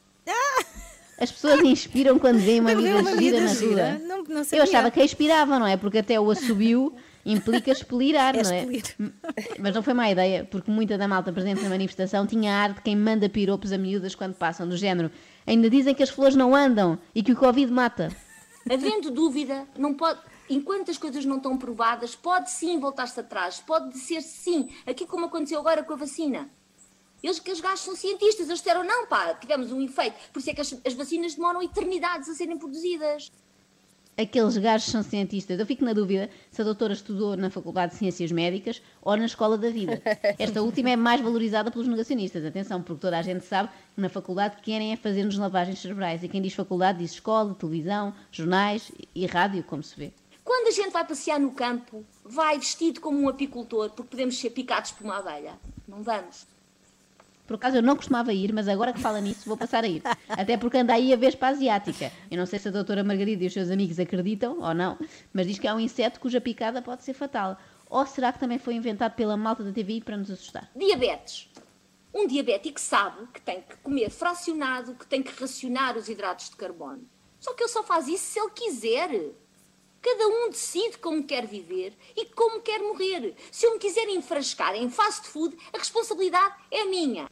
S6: As pessoas inspiram quando veem uma
S1: Mas
S6: miúda
S1: uma
S6: gira
S1: miúda
S6: na
S1: gira?
S6: rua.
S1: Não- não
S6: Eu
S1: sabia.
S6: achava que expirava, não é? Porque até o assobio implica expirar,
S1: É
S6: não é?
S1: expelir.
S6: Mas não foi má ideia, porque muita da malta presente na manifestação tinha ar de quem manda piropos a miúdas quando passam, do género. Ainda dizem que as flores não andam e que o Covid mata.
S14: Havendo dúvida, não pode, enquanto as coisas não estão provadas, pode sim voltar-se atrás, pode ser sim, aqui como aconteceu agora com a vacina. Eles, que os gajos são cientistas, eles disseram, não pá, tivemos um efeito, por isso é que as, as vacinas demoram eternidades a serem produzidas.
S6: Aqueles gajos são cientistas. Eu fico na dúvida se a doutora estudou na Faculdade de Ciências Médicas ou na Escola da Vida. Esta última é mais valorizada pelos negacionistas. Atenção, porque toda a gente sabe que na faculdade querem é fazer-nos lavagens cerebrais. E quem diz faculdade diz escola, televisão, jornais e rádio, como se vê.
S14: Quando a gente vai passear no campo, vai vestido como um apicultor, porque podemos ser picados por uma abelha. Não vamos.
S6: Por acaso eu não costumava ir, mas agora que fala nisso vou passar a ir. Até porque anda aí a Vespa asiática. Eu não sei se a doutora Margarida e os seus amigos acreditam ou não, mas diz que é um inseto cuja picada pode ser fatal. Ou será que também foi inventado pela malta da T V I para nos assustar?
S14: Diabetes. Um diabético sabe que tem que comer fracionado, que tem que racionar os hidratos de carbono. Só que ele só faz isso se ele quiser. Cada um decide como quer viver e como quer morrer. Se eu me quiser enfrascar em fast food, a responsabilidade é minha.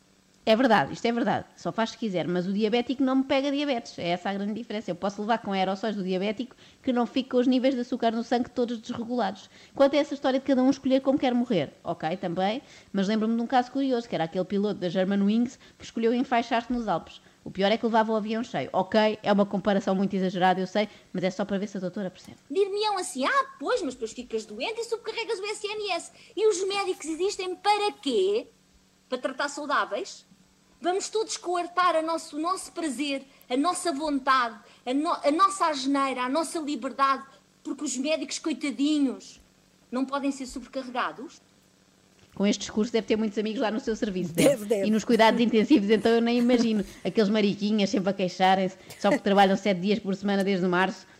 S6: É verdade, isto é verdade, só faz se quiser, mas o diabético não me pega diabetes, é essa a grande diferença. Eu posso levar com aerossóis do diabético que não fique com os níveis de açúcar no sangue todos desregulados. Quanto a essa história de cada um escolher como quer morrer, ok, também, mas lembro-me de um caso curioso, que era aquele piloto da Germanwings que escolheu enfaixar-se nos Alpes. O pior é que levava o avião cheio. Ok, é uma comparação muito exagerada, eu sei, mas é só para ver se a doutora percebe.
S14: Dir-me-ão assim, ah, pois, mas depois ficas doente e subcarregas o S N S. E os médicos existem para quê? Para tratar saudáveis? Vamos todos coartar a nosso, o nosso prazer, a nossa vontade, a, no, a nossa asneira, a nossa liberdade, porque os médicos, coitadinhos, não podem ser sobrecarregados?
S6: Com este discurso deve ter muitos amigos lá no seu serviço. Deve,
S1: Deve, deve.
S6: E nos cuidados intensivos, então eu nem imagino. Aqueles mariquinhas sempre a queixarem-se, só porque trabalham sete dias por semana desde março,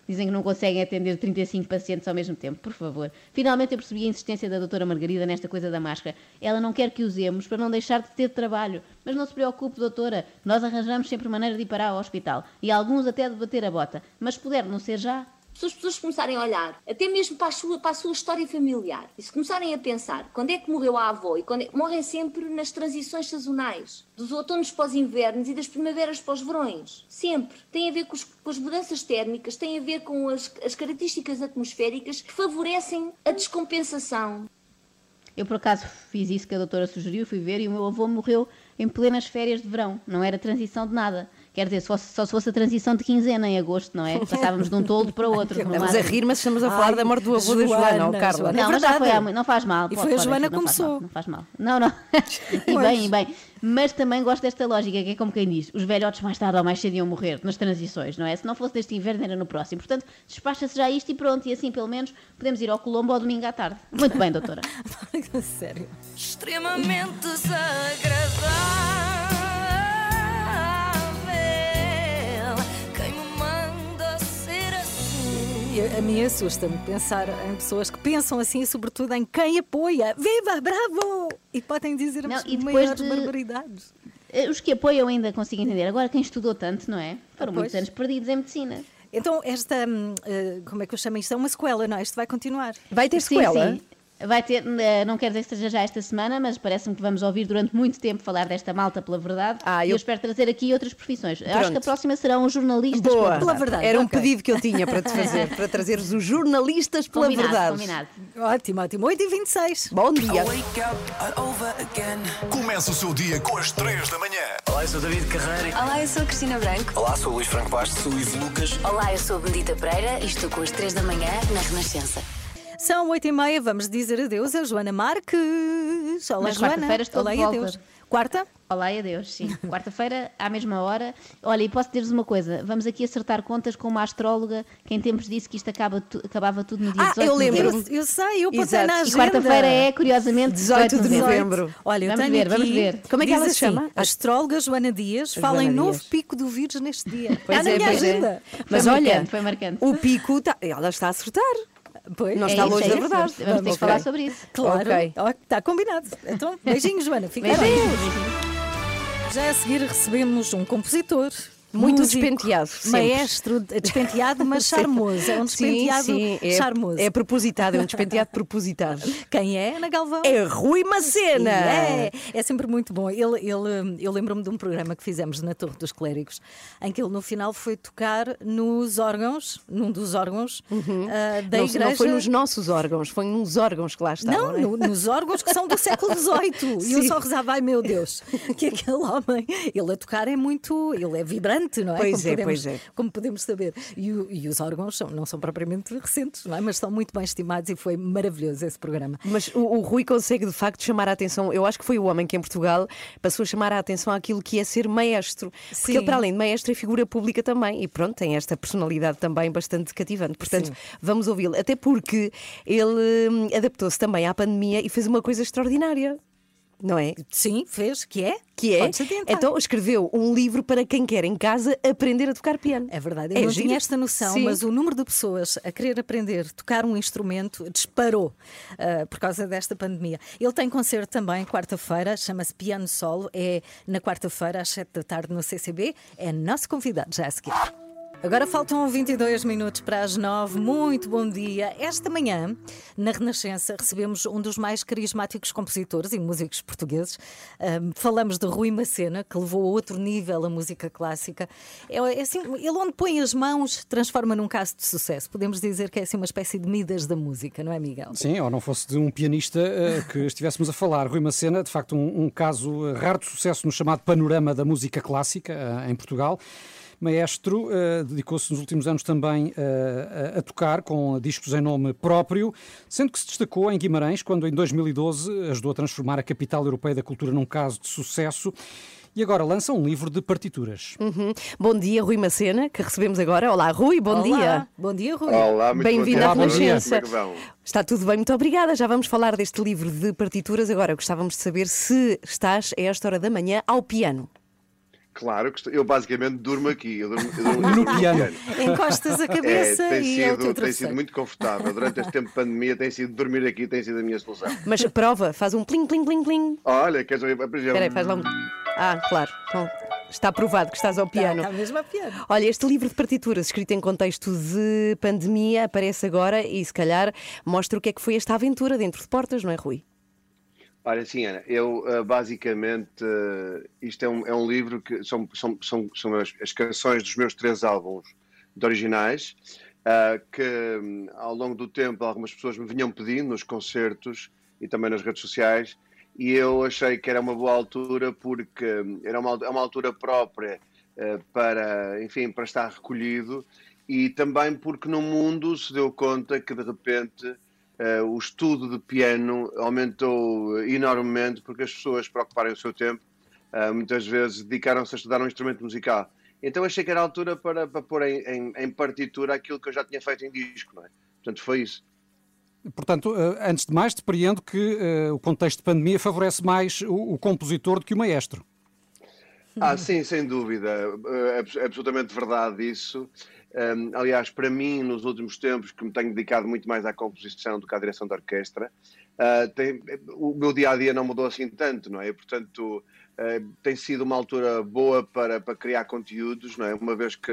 S6: Dizem que não conseguem atender trinta e cinco pacientes ao mesmo tempo, por favor. Finalmente eu percebi a insistência da doutora Margarida nesta coisa da máscara. Ela não quer que usemos para não deixar de ter trabalho. Mas não se preocupe, doutora, nós arranjamos sempre maneira de ir parar ao hospital. E alguns até de bater a bota. Mas se puder não ser já...
S13: Se as pessoas começarem a olhar, até mesmo para a sua, para a sua história familiar, e se começarem a pensar quando é que morreu a avó, e quando é... morrem sempre nas transições sazonais, dos outonos para os invernos e das primaveras para os verões. Sempre. Tem a ver com, os, com as mudanças térmicas, tem a ver com as, as características atmosféricas que favorecem a descompensação.
S6: Eu, por acaso, fiz isso que a doutora sugeriu, fui ver, e o meu avô morreu em plenas férias de verão. Não era transição de nada. Quer dizer, se fosse, só se fosse a transição de quinzena em agosto, não é? Passávamos de um toldo para o outro.
S2: Estamos a rir, mas estamos a falar Ai, da morte do avô Joana, da Joana, ou Carla.
S6: Não, é mas já foi há muito, não faz mal.
S1: E
S6: pode,
S1: foi a
S6: pode,
S1: Joana
S6: não
S1: que começou.
S6: Não faz mal, não faz mal. Não, não. E bem, e bem. Mas também gosto desta lógica, que é como quem diz, os velhotes mais tarde ou mais cedo iam morrer nas transições, não é? Se não fosse deste inverno, era no próximo. Portanto, despacha-se já isto e pronto. E assim, pelo menos, podemos ir ao Colombo ao domingo à tarde. Muito bem, doutora.
S1: Sério.
S11: Extremamente desagradável.
S1: A mim assusta-me pensar em pessoas que pensam assim, sobretudo em quem apoia. Viva, bravo! E podem dizer as maiores de... barbaridades.
S6: Os que apoiam ainda consigo entender. Agora, quem estudou tanto, não é? Foram
S1: Pois.
S6: muitos anos perdidos em medicina.
S1: Então, esta, uh, como é que eu chamo isto? É uma sequela, não é? Isto vai continuar.
S2: Vai ter
S6: Sim,
S2: sequela?
S6: sim. Vai ter, não quero dizer que esteja já esta semana, mas parece-me que vamos ouvir durante muito tempo falar desta malta pela verdade.
S2: Ah,
S6: e
S2: eu...
S6: eu espero trazer aqui outras profissões.
S2: Pronto.
S6: Acho que a próxima serão os jornalistas
S2: Boa.
S6: pela,
S1: pela verdade.
S2: Era um
S1: okay.
S2: pedido que eu tinha para te fazer, para trazeres os jornalistas pela
S6: combinado,
S2: verdade.
S6: Combinado.
S1: Ótimo, ótimo. oito e vinte e seis.
S2: Bom dia.
S4: Começa o seu dia com as três da manhã.
S5: Olá, eu sou David Carreira.
S3: Olá, eu sou a Cristina Branco.
S5: Olá, sou o Luís Franco Bastos. Sou o Ivo Lucas.
S15: Olá, eu sou a Benedita Pereira e estou com as três da manhã na Renascença.
S1: São oito e meia, vamos dizer adeus a Joana Marques. Olá,
S6: Mas
S1: Joana.
S6: quarta-feira estou
S1: Olá
S6: de
S1: e
S6: volta.
S1: adeus. Quarta?
S6: Olá e adeus, sim. Quarta-feira, à mesma hora. Olha, e posso dizer-vos uma coisa: vamos aqui acertar contas com uma astróloga que em tempos disse que isto acaba tu, acabava tudo no dia
S1: Ah,
S6: dezoito
S1: eu
S6: de
S1: lembro.
S6: novembro.
S1: Eu, eu sei, eu botei
S2: Exato.
S1: na
S6: E
S1: agenda.
S6: quarta-feira é, curiosamente,
S2: dezoito de novembro.
S1: Olha, eu
S6: Vamos
S1: tenho
S6: ver,
S1: aqui,
S6: vamos ver.
S2: Como é que
S1: diz
S2: ela se
S1: assim,
S2: chama?
S1: A astróloga Joana Dias
S2: Joana
S1: fala em novo
S2: Dias.
S1: pico do vírus neste dia.
S2: Pois
S1: Está
S2: é,
S1: na minha
S2: pois é.
S1: agenda.
S2: Mas
S6: Foi
S2: olha,
S6: marcante, foi marcante.
S2: o pico, tá, ela está a acertar.
S1: Pois.
S2: Não
S6: É
S2: está
S6: isso,
S2: longe
S6: é
S2: da
S6: isso.
S2: verdade.
S6: Vamos, vamos ter que
S2: Ok.
S6: falar sobre isso.
S1: Claro,
S2: Ok.
S1: Ó, está combinado. Então, beijinhos, Joana. Fica bem. Já a seguir recebemos um compositor.
S2: Muito
S1: músico,
S2: despenteado, sempre.
S1: maestro, despenteado, mas charmoso. É um despenteado
S2: sim, sim, é,
S1: charmoso.
S2: é propositado, é um despenteado propositado.
S1: Quem é, Ana Galvão?
S2: É Rui Macena.
S1: É, é sempre muito bom. Ele, ele, eu lembro-me de um programa que fizemos na Torre dos Clérigos, em que ele no final foi tocar nos órgãos, num dos órgãos
S2: Uhum.
S1: uh, da
S2: não,
S1: igreja.
S2: não foi nos nossos órgãos, foi nos órgãos que lá estavam.
S1: Não,
S2: é?
S1: no, nos órgãos que são do século dezoito. E eu
S2: Sim.
S1: só rezava, ai meu Deus, que aquele homem, ele a tocar é muito, ele é vibrante, não é?
S2: Pois
S1: como
S2: é,
S1: podemos,
S2: pois é.
S1: Como podemos saber. E, o- e os órgãos são, não são propriamente recentes, não é? Mas são muito bem estimados e foi maravilhoso esse programa.
S2: Mas o, o Rui consegue de facto chamar a atenção. Eu acho que foi o homem que em Portugal passou a chamar a atenção àquilo que é ser maestro.
S1: Sim.
S2: Porque ele, para além de maestro, é figura pública também. E pronto, tem esta personalidade também bastante cativante. Portanto,
S1: Sim.
S2: vamos ouvi-lo. Até porque ele hum, adaptou-se também à pandemia e fez uma coisa extraordinária. Não é?
S1: Sim, fez, que é?
S2: Que é?
S1: Podes adiantar.
S2: Então escreveu um livro para quem quer em casa aprender a tocar piano.
S1: É verdade, eu
S2: É
S1: não
S2: giro.
S1: tinha esta noção,
S2: Sim.
S1: mas o número de pessoas a querer aprender a tocar um instrumento disparou ah, por causa desta pandemia. Ele tem concerto também quarta-feira, chama-se Piano Solo, é na quarta-feira às sete da tarde no C C B, é nosso convidado já a seguir. Agora faltam vinte e dois minutos para as nove. Muito bom dia. Esta manhã, na Renascença, recebemos um dos mais carismáticos compositores e músicos portugueses. Ahm, falamos de Rui Macena, que levou a outro nível a música clássica. É, é assim, ele onde põe as mãos transforma num caso de sucesso. Podemos dizer que é assim uma espécie de Midas da música, não é, Miguel?
S7: Sim, ou não fosse de um pianista eh, que estivéssemos a falar. Rui Macena, de facto, um, um caso raro de sucesso no chamado panorama da música clássica eh, em Portugal. Maestro, eh, dedicou-se nos últimos anos também eh, a, a tocar com discos em nome próprio, sendo que se destacou em Guimarães, quando em dois mil e doze ajudou a transformar a capital europeia da cultura num caso de sucesso. E agora lança um livro de partituras.
S2: Uhum. Bom dia, Rui Macena, que recebemos agora. Olá, Rui, bom
S1: Olá.
S2: dia.
S1: Bom dia, Rui.
S16: Olá, muito
S2: Bem-vindo
S16: bom
S2: à
S16: dia. Bom dia.
S2: Renascença.
S16: Como é que vão?
S2: Está tudo bem, muito obrigada. Já vamos falar deste livro de partituras. Agora gostávamos de saber se estás a esta hora da manhã ao piano.
S16: Claro, que estou- eu basicamente durmo aqui. Eu durmo, eu durmo, eu
S7: No
S16: durmo
S7: piano.
S1: Encostas a cabeça
S16: É, tem
S1: e é o
S16: sido,
S1: teu
S16: tem
S1: travesseiro.
S16: sido muito confortável. Durante este tempo de pandemia tem sido dormir aqui, tem sido a minha solução.
S2: Mas prova, faz um plim, plim, plim, plim.
S16: Olha, queres ouvir? Por exemplo,
S2: Espera aí, faz lá um... Ah, claro. Então, está provado que estás ao piano.
S1: Está mesmo a piano.
S2: Olha, este livro de partituras, escrito em contexto de pandemia, aparece agora e, se calhar, mostra o que é que foi esta aventura dentro de portas, não é, Rui?
S16: Olha, sim, Ana, eu uh, basicamente, uh, isto é um, é um livro que são, são, são, são as, as canções dos meus três álbuns de originais, uh, que um, ao longo do tempo algumas pessoas me vinham pedindo nos concertos e também nas redes sociais, e eu achei que era uma boa altura porque um, era uma, é uma altura própria uh, para, enfim, para estar recolhido, e também porque no mundo se deu conta que de repente Uh, o estudo de piano aumentou enormemente porque as pessoas, para ocuparem o seu tempo, uh, muitas vezes dedicaram-se a estudar um instrumento musical. Então achei que era a altura para, para pôr em, em, em partitura aquilo que eu já tinha feito em disco, não é? Portanto, foi isso.
S7: Portanto, eh, antes de mais, depreendo que eh, o contexto de pandemia favorece mais o, o compositor do que o maestro.
S16: Ah, sim, sem dúvida. É abs- absolutamente verdade isso. Um, aliás, para mim, nos últimos tempos, que me tenho dedicado muito mais à composição do que à direção da orquestra, uh, tem- o meu dia-a-dia não mudou assim tanto, não é? Portanto, uh, tem sido uma altura boa para, para criar conteúdos, não é? Uma vez que,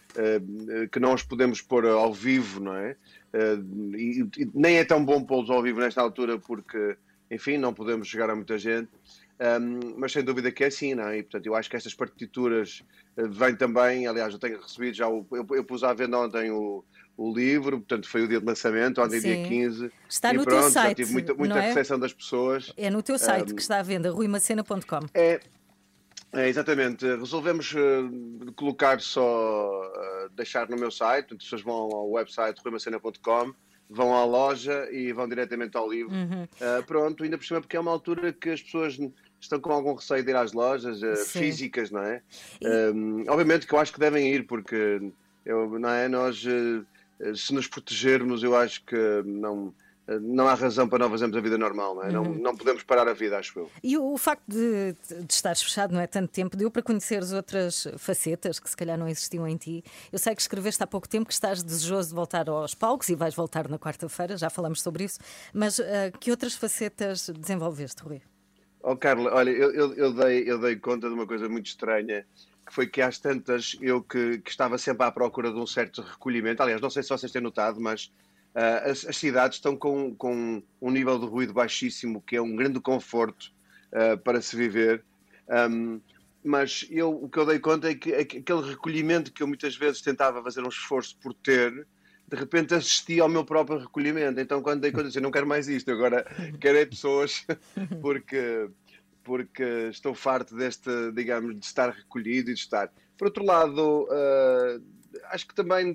S16: uh, que não os podemos pôr ao vivo, não é? Uh, e, e nem é tão bom pô-los ao vivo nesta altura porque, enfim, não podemos chegar a muita gente. Um, mas sem dúvida que é assim, não é? E, portanto, eu acho que estas partituras uh, vêm também, aliás, eu tenho recebido já, o, eu, eu pus à venda ontem o, o livro, portanto foi o dia de lançamento, ontem
S1: Sim.
S16: dia quinze.
S1: Está
S16: e
S1: no
S16: pronto,
S1: teu
S16: já
S1: site,
S16: tive muita, muita
S1: não é?
S16: recepção das pessoas.
S1: É no teu site
S16: Um,
S1: que está à venda, rui macena ponto com.
S16: É, é, exatamente. Resolvemos uh, colocar só, uh, deixar no meu site, portanto, as pessoas vão ao website rui macena ponto com, vão à loja e vão diretamente ao livro.
S1: Uhum.
S16: Uh, pronto, ainda por cima porque é uma altura que as pessoas estão com algum receio de ir às lojas uh,
S1: Sim.
S16: físicas, não é? Um, obviamente que eu acho que devem ir porque eu, não é? Nós, uh, uh, se nos protegermos, eu acho que não, uh, não há razão para não fazermos a vida normal, não é? Não,
S1: Uhum.
S16: não podemos parar a vida, acho eu.
S1: E o, o facto de, de estares fechado não é tanto tempo, deu para conheceres outras facetas que se calhar não existiam em ti. Eu sei que escreveste há pouco tempo que estás desejoso de voltar aos palcos e vais voltar na quarta-feira, já falamos sobre isso, mas uh, que outras facetas desenvolveste, Rui?
S16: Oh, Carla, olha, eu, eu, eu, dei, eu dei conta de uma coisa muito estranha, que foi que às tantas, eu que, que estava sempre à procura de um certo recolhimento, aliás, não sei se vocês têm notado, mas uh, as, as cidades estão com, com um nível de ruído baixíssimo, que é um grande conforto uh, para se viver, um, mas eu, o que eu dei conta é que, é que aquele recolhimento que eu muitas vezes tentava fazer um esforço por ter, de repente assisti ao meu próprio recolhimento. Então, quando dei conta, eu disse, não quero mais isto, agora quero é pessoas, porque, porque estou farto deste, digamos, de estar recolhido e de estar. Por outro lado, uh, acho que também,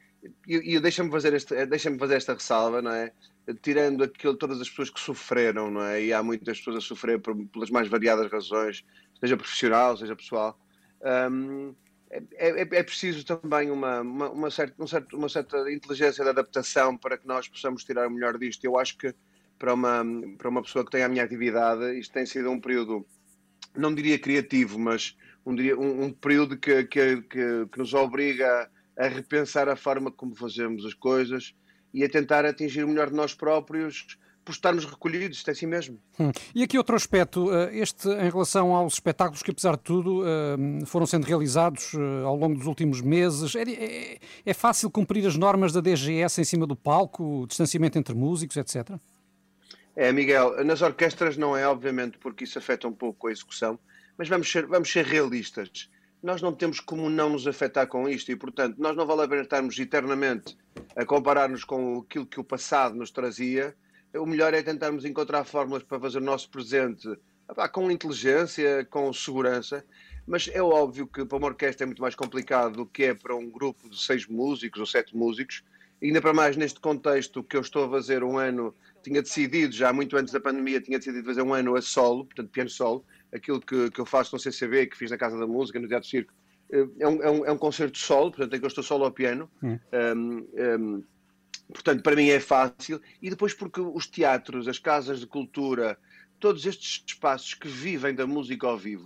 S16: e, e deixa-me fazer, este, deixa-me fazer esta ressalva, não é? Tirando aquilo, todas as pessoas que sofreram, não é? E há muitas pessoas a sofrer por, pelas mais variadas razões, seja profissional, seja pessoal. Um, É, é, é preciso também uma, uma, uma, certa, um certo, uma certa inteligência de adaptação para que nós possamos tirar o melhor disto. Eu acho que para uma, para uma pessoa que tem a minha atividade, isto tem sido um período, não diria criativo, mas um, um, um período que, que, que, que nos obriga a repensar a forma como fazemos as coisas e a tentar atingir o melhor de nós próprios por estarmos recolhidos, isto é assim mesmo.
S7: Hum. E aqui outro aspecto, este em relação aos espetáculos que, apesar de tudo, foram sendo realizados ao longo dos últimos meses. É, é, é fácil cumprir as normas da D G S em cima do palco, distanciamento entre músicos, etcétera?
S16: É, Miguel, nas orquestras não é, obviamente, porque isso afeta um pouco a execução, mas vamos ser, vamos ser realistas. Nós não temos como não nos afetar com isto e, portanto, nós não vale a pena estarmos eternamente a comparar-nos com aquilo que o passado nos trazia. O melhor é tentarmos encontrar fórmulas para fazer o nosso presente com inteligência, com segurança, mas é óbvio que para uma orquestra é muito mais complicado do que é para um grupo de seis músicos ou sete músicos, e ainda para mais neste contexto que eu estou a fazer um ano, tinha decidido, já muito antes da pandemia, tinha decidido fazer um ano a solo, portanto piano solo, aquilo que, que eu faço no C C B, que fiz na Casa da Música, no Teatro Circo, é um, é um, é um concerto solo, portanto é que eu estou solo ao piano, hum. um, um, portanto, para mim é fácil. E depois porque os teatros, as casas de cultura, todos estes espaços que vivem da música ao vivo,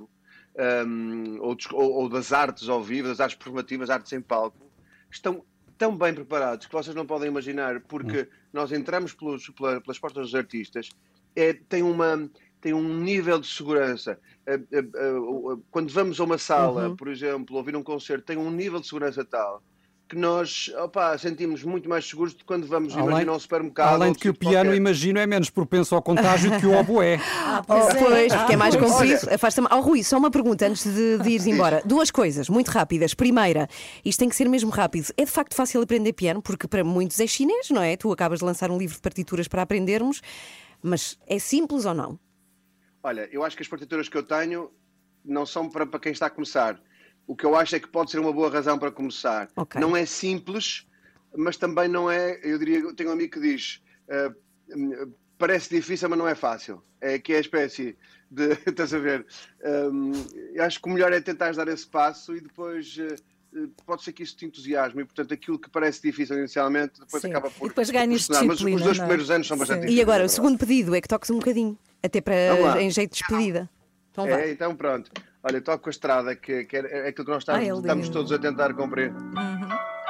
S16: um, ou, ou, ou das artes ao vivo, das artes performativas, artes em palco, estão tão bem preparados que vocês não podem imaginar, porque nós entramos pelos, pela, pelas portas dos artistas, é, tem, uma, tem um nível de segurança. Quando vamos a uma sala, uhum. por exemplo, ouvir um concerto, tem um nível de segurança tal que nós opa, sentimos muito mais seguros do que quando vamos, além, imagina, um supermercado.
S7: Além de que o piano, qualquer. imagino, é menos propenso ao contágio que o oboé.
S2: Ah, pois, oh, pois, porque é mais comprido. Afasta-me. Oh, Rui, só uma pergunta antes de, de ires embora. Duas coisas muito rápidas. Primeira, isto tem que ser mesmo rápido. É de facto fácil aprender piano, porque para muitos é chinês, não é? Tu acabas de lançar um livro de partituras para aprendermos, mas é simples ou não?
S16: Olha, eu acho que as partituras que eu tenho não são para, para quem está a começar. O que eu acho é que pode ser uma boa razão para começar. Okay. Não é simples, mas também não é, eu diria, eu tenho um amigo que diz, uh, parece difícil, mas não é fácil. É que é a espécie de, estás a ver, um, eu acho que o melhor é tentar dar esse passo e depois... Uh, pode ser que isso te entusiasme e, portanto, aquilo que parece difícil inicialmente, depois Sim. acaba por...
S1: E depois ganhas disciplina,
S16: mas os dois primeiros anos são bastante Sim. difíceis.
S2: E agora, o segundo pedido é que toques um bocadinho, até para, em jeito de despedida.
S16: Então, é, vai. então pronto. Olha, eu toco a estrada, que, que é aquilo que nós estamos, ah, estamos todos a tentar cumprir. Uhum.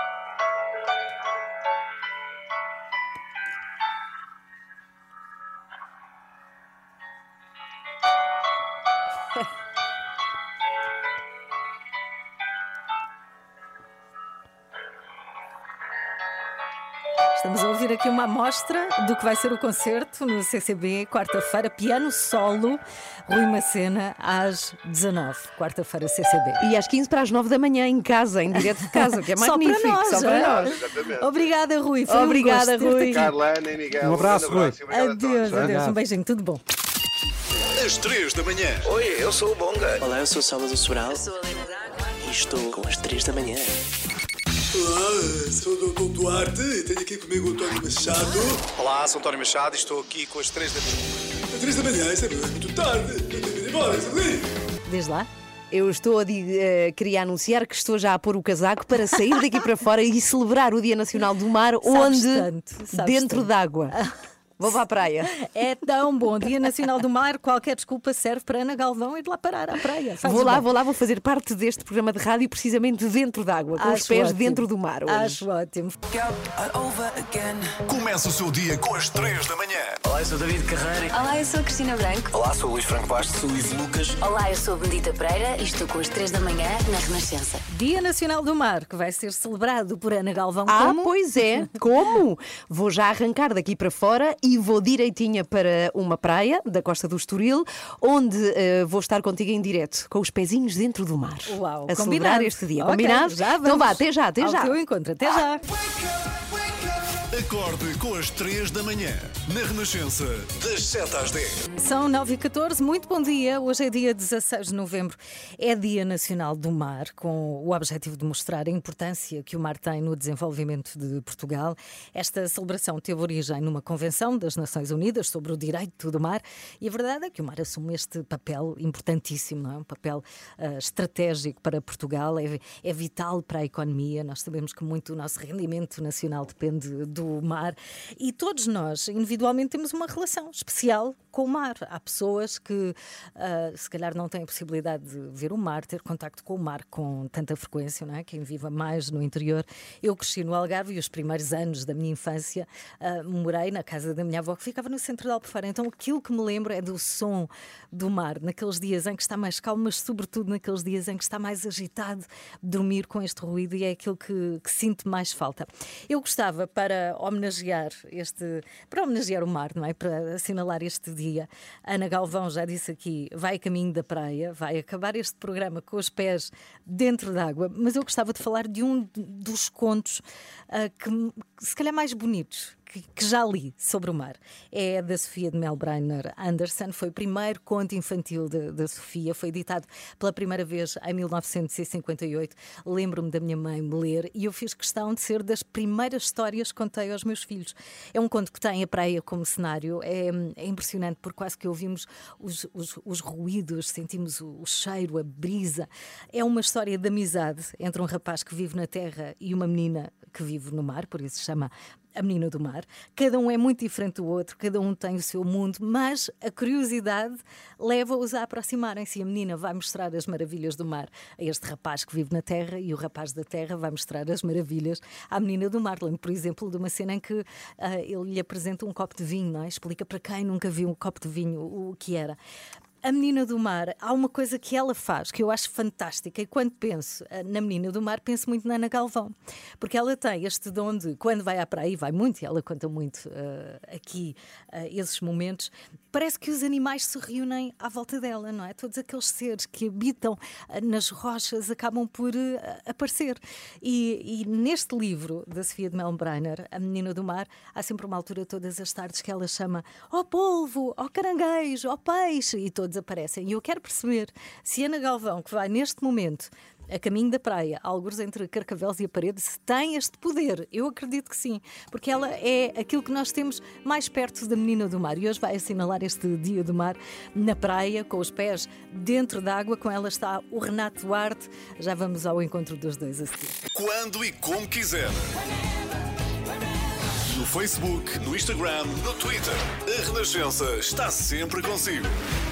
S1: Estamos a ouvir aqui uma amostra do que vai ser o concerto no C C B, quarta-feira, piano solo, Rui Macena, às dezanove, quarta-feira, C C B.
S2: E às quinze para as nove da manhã, em casa, em direto de casa, que é magnífico.
S1: Só para nós.
S2: Só para nós.
S16: Exatamente.
S1: Obrigada, Rui. Foi
S2: Obrigada,
S1: um
S2: Rui.
S16: Carlana e Miguel.
S7: Um abraço, Rui.
S1: Adeus, adeus. Um beijinho, tudo bom.
S4: Às três da manhã.
S5: Oi, eu sou o Bonga.
S17: Olá, eu sou o Salvador Sobral.
S5: Eu sou a Helena D'Água.
S17: E estou com as três da manhã.
S18: Olá, sou o doutor Duarte e tenho aqui comigo o António Machado.
S19: Olá, sou o António Machado e estou aqui com as três da manhã.
S18: Às três da manhã, isso é muito tarde. Eu tenho de ir embora, isso ali.
S1: Desde lá?
S2: Eu estou a uh, queria anunciar que estou já a pôr o casaco para sair daqui para fora e celebrar o Dia Nacional do Mar,
S1: sabes
S2: onde
S1: tanto,
S2: dentro d'água. Vou para a praia.
S1: É tão bom. Dia Nacional do Mar, qualquer desculpa serve para Ana Galvão ir lá parar à praia. Faz
S2: vou lá,
S1: bem.
S2: vou lá, vou fazer parte deste programa de rádio precisamente dentro d'água, com
S1: Acho
S2: os pés
S1: ótimo.
S2: dentro do mar hoje.
S1: Acho ótimo.
S4: Começa o seu dia com as três da manhã.
S17: Olá, eu sou o David Carreira.
S15: Olá, eu sou a Cristina Branco.
S17: Olá, sou o Luís Franco Bastos. Sou o Ivo Lucas.
S15: Olá, eu sou a Benedita Pereira e estou com as três da manhã na Renascença.
S1: Dia Nacional do Mar, que vai ser celebrado por Ana Galvão.
S2: Ah,
S1: como?
S2: pois é. Como? Vou já arrancar daqui para fora e vou direitinho para uma praia da Costa do Estoril, onde uh, vou estar contigo em direto, com os pezinhos dentro do mar.
S1: Uau,
S2: a
S1: combinado.
S2: celebrar este dia.
S1: Okay,
S2: combinado?
S1: Já vamos.
S2: Então vá, até já, até
S1: Ao
S2: já.
S1: teu encontro, até já.
S4: Acorde com as três da manhã, na Renascença, das sete às dez.
S1: São nove e catorze, muito bom dia. Hoje é dia dezasseis de novembro, é Dia Nacional do Mar, com o objetivo de mostrar a importância que o mar tem no desenvolvimento de Portugal. Esta celebração teve origem numa convenção das Nações Unidas sobre o direito do mar e a verdade é que o mar assume este papel importantíssimo, não é? Um papel uh, estratégico para Portugal, é, é vital para a economia. Nós sabemos que muito do nosso rendimento nacional depende do mar e todos nós, individualmente, temos uma relação especial com o mar. Há pessoas que uh, se calhar não têm a possibilidade de ver o mar, ter contacto com o mar com tanta frequência, não é? Quem viva mais no interior. Eu cresci no Algarve e os primeiros anos da minha infância uh, morei na casa da minha avó, que ficava no centro de Albufeira. Então aquilo que me lembro é do som do mar, naqueles dias em que está mais calmo, mas sobretudo naqueles dias em que está mais agitado, dormir com este ruído, e é aquilo que, que sinto mais falta. Eu gostava, para homenagear este, para homenagear o mar, não é? Para assinalar este dia, Ana Galvão já disse aqui, vai a caminho da praia, vai acabar este programa com os pés dentro d'água, mas eu gostava de falar de um dos contos uh, que, se calhar, mais bonitos que já li sobre o mar. É da Sofia de Melbrenner Anderson, foi o primeiro conto infantil da Sofia, foi editado pela primeira vez em mil novecentos e cinquenta e oito. Lembro-me da minha mãe me ler e eu fiz questão de ser das primeiras histórias que contei aos meus filhos. É um conto que tem a praia como cenário, é, é impressionante porque quase que ouvimos os, os, os ruídos, sentimos o, o cheiro, a brisa. É uma história de amizade entre um rapaz que vive na terra e uma menina que vive no mar, por isso se chama A Menina do Mar. Cada um é muito diferente do outro, cada um tem o seu mundo, mas a curiosidade leva-os a aproximarem-se. E a menina vai mostrar as maravilhas do mar a este rapaz que vive na terra e o rapaz da terra vai mostrar as maravilhas à Menina do Mar. Lembro, por exemplo, de uma cena em que uh, ele lhe apresenta um copo de vinho, não é? Explica para quem nunca viu um copo de vinho o que era. A Menina do Mar, há uma coisa que ela faz que eu acho fantástica e quando penso na Menina do Mar penso muito na Ana Galvão, porque ela tem este dom de, quando vai à praia, e vai muito, e ela conta muito uh, aqui uh, esses momentos, parece que os animais se reúnem à volta dela, não é? Todos aqueles seres que habitam uh, nas rochas acabam por uh, aparecer. E, e neste livro da Sofia de Melbrenner, A Menina do Mar, há sempre uma altura todas as tardes que ela chama ó polvo, ó caranguejo, ó peixe, e todos aparecem. E eu quero perceber se Ana Galvão, que vai neste momento a caminho da praia, algures entre Carcavelos e a parede, se tem este poder. Eu acredito que sim, porque ela é aquilo que nós temos mais perto da Menina do Mar. E hoje vai assinalar este dia do mar na praia, com os pés dentro da água. Com ela está o Renato Duarte. Já vamos ao encontro dos dois a seguir.
S4: Quando e como quiser. No Facebook, no Instagram, no Twitter. A Renascença está sempre consigo.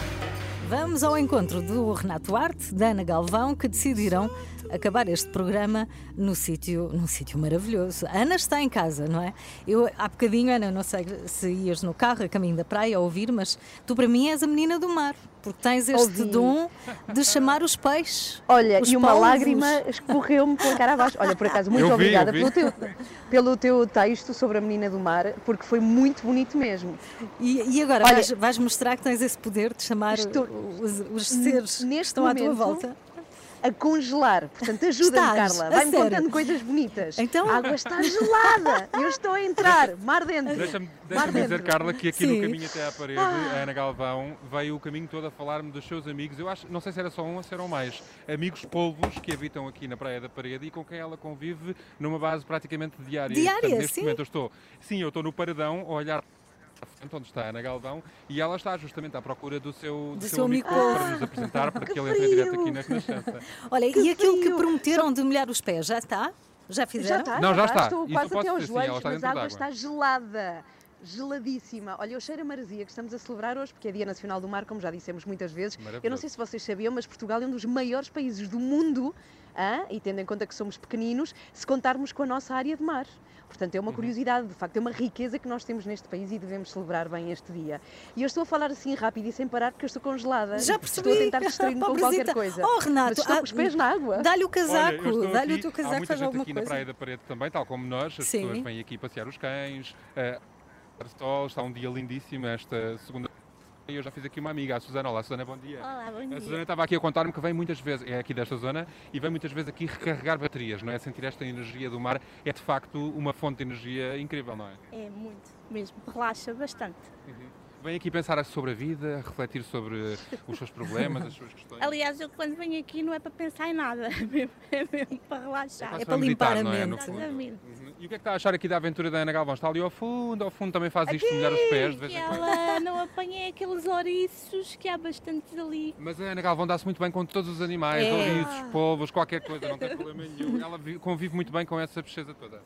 S1: Vamos ao encontro do Renato Duarte, da Ana Galvão, que decidiram acabar este programa no sítio, num sítio maravilhoso. A Ana está em casa, não é? Eu, há bocadinho, Ana, não sei se ias no carro, a caminho da praia, a ouvir, mas tu para mim és a Menina do Mar, porque tens este
S2: Ouvi.
S1: dom de chamar os peixes.
S2: Olha,
S1: os
S2: e uma
S1: polvos.
S2: lágrima escorreu-me pela cara abaixo. Olha, por acaso, muito
S10: Eu vi,
S2: obrigada
S10: eu vi.
S2: pelo teu, pelo teu texto sobre a Menina do Mar, porque foi muito bonito mesmo.
S1: E, e agora,
S2: Olha,
S1: vais, vais mostrar que tens esse poder de chamar
S2: estou-
S1: os, os seres que estão à tua volta?
S2: A congelar, portanto, ajuda-me,
S1: Estás,
S2: Carla.
S1: a
S2: Vai-me
S1: sério?
S2: contando coisas bonitas.
S1: Então-
S2: A água está gelada. Eu estou a entrar, mar dentro.
S10: Deixa-me
S2: Mar
S10: deixa
S2: dentro.
S10: dizer, Carla, que aqui
S1: Sim.
S10: no caminho até à parede,
S2: Ah.
S10: a Ana Galvão veio o caminho todo a falar-me dos seus amigos. Eu acho, não sei se era só um ou se eram mais, amigos polvos que habitam aqui na Praia da Parede e com quem ela convive numa base praticamente diária. E,
S1: Diária,
S10: portanto, neste
S1: sim.
S10: momento eu estou, sim, eu estou no paredão a olhar onde está a Ana Galvão e ela está justamente à procura do seu,
S1: Do
S10: do
S1: seu
S10: seu amigo
S1: amigo
S10: polvo
S1: polvo.
S10: para nos apresentar, para que,
S2: Que
S10: ele entre em direto
S2: frio.
S10: aqui na Renascença.
S1: Olha,
S2: Que
S1: e aquilo que
S2: frio.
S1: prometeram de molhar os pés, já está? Já fizeram?
S2: Já está,
S10: Não, já está.
S2: Estou
S10: Isso
S2: quase
S10: pode
S2: até aos
S10: ser, sim,
S2: joelhos,
S10: ela está
S2: mas
S10: dentro
S2: a água
S10: d'água.
S2: está gelada. Geladíssima. Olha, eu cheiro a maresia que estamos a celebrar hoje, porque é Dia Nacional do Mar, como já dissemos muitas vezes.
S10: Maravilhoso.
S2: Eu não sei se vocês sabiam, mas Portugal é um dos maiores países do mundo, ah, e tendo em conta que somos pequeninos, se contarmos com a nossa área de mar. Portanto, é uma curiosidade, de facto, é uma riqueza que nós temos neste país e devemos celebrar bem este dia. E eu estou a falar assim rápido e sem parar porque eu estou congelada.
S1: Já
S2: e
S1: percebi.
S2: Estou a tentar distrair-me com
S1: Pobrezita.
S2: qualquer coisa.
S1: Oh, Renato,
S2: mas estou com
S1: ah,
S2: os pés na água.
S1: Dá-lhe o
S10: Olha,
S1: casaco,
S10: eu estou
S1: dá-lhe o
S10: aqui-
S1: teu
S10: há
S1: casaco,
S10: muita
S1: faz
S10: gente
S1: alguma
S10: aqui
S1: coisa.
S10: na Praia da Parede também, tal como nós, as
S1: Sim.
S10: pessoas vêm aqui passear os cães, uh, sol, está um dia lindíssimo esta segunda. E eu já fiz aqui uma amiga, a Susana. Olá, Susana, bom dia.
S20: Olá, bom
S10: A
S20: dia.
S10: Susana estava aqui a contar-me que vem muitas vezes, é aqui desta zona, e vem muitas vezes aqui recarregar baterias, não é? Sentir esta energia do mar é de facto uma fonte de energia incrível, não é?
S20: É muito, mesmo. Relaxa bastante.
S10: Vem aqui pensar sobre a vida, refletir sobre os seus problemas, as suas questões.
S20: Aliás, eu quando venho aqui não é para pensar em nada, é mesmo, é mesmo para relaxar.
S10: quase
S1: para
S10: meditar,
S1: limpar a
S10: não é?
S1: mente.
S10: No fundo.
S20: Exatamente.
S10: Uhum. E o que é que está a achar aqui da aventura da Ana Galvão? Está ali ao fundo, ao fundo também faz isto, de molhar os pés de vez
S20: Que
S10: em quando.
S20: ela não apanha aqueles ouriços que há bastantes ali.
S10: Mas a Ana Galvão dá-se muito bem com todos os animais,
S20: É.
S10: ouriços, polvos, qualquer coisa, não tem problema nenhum. Ela vi- convive muito bem com essa pesquisa toda.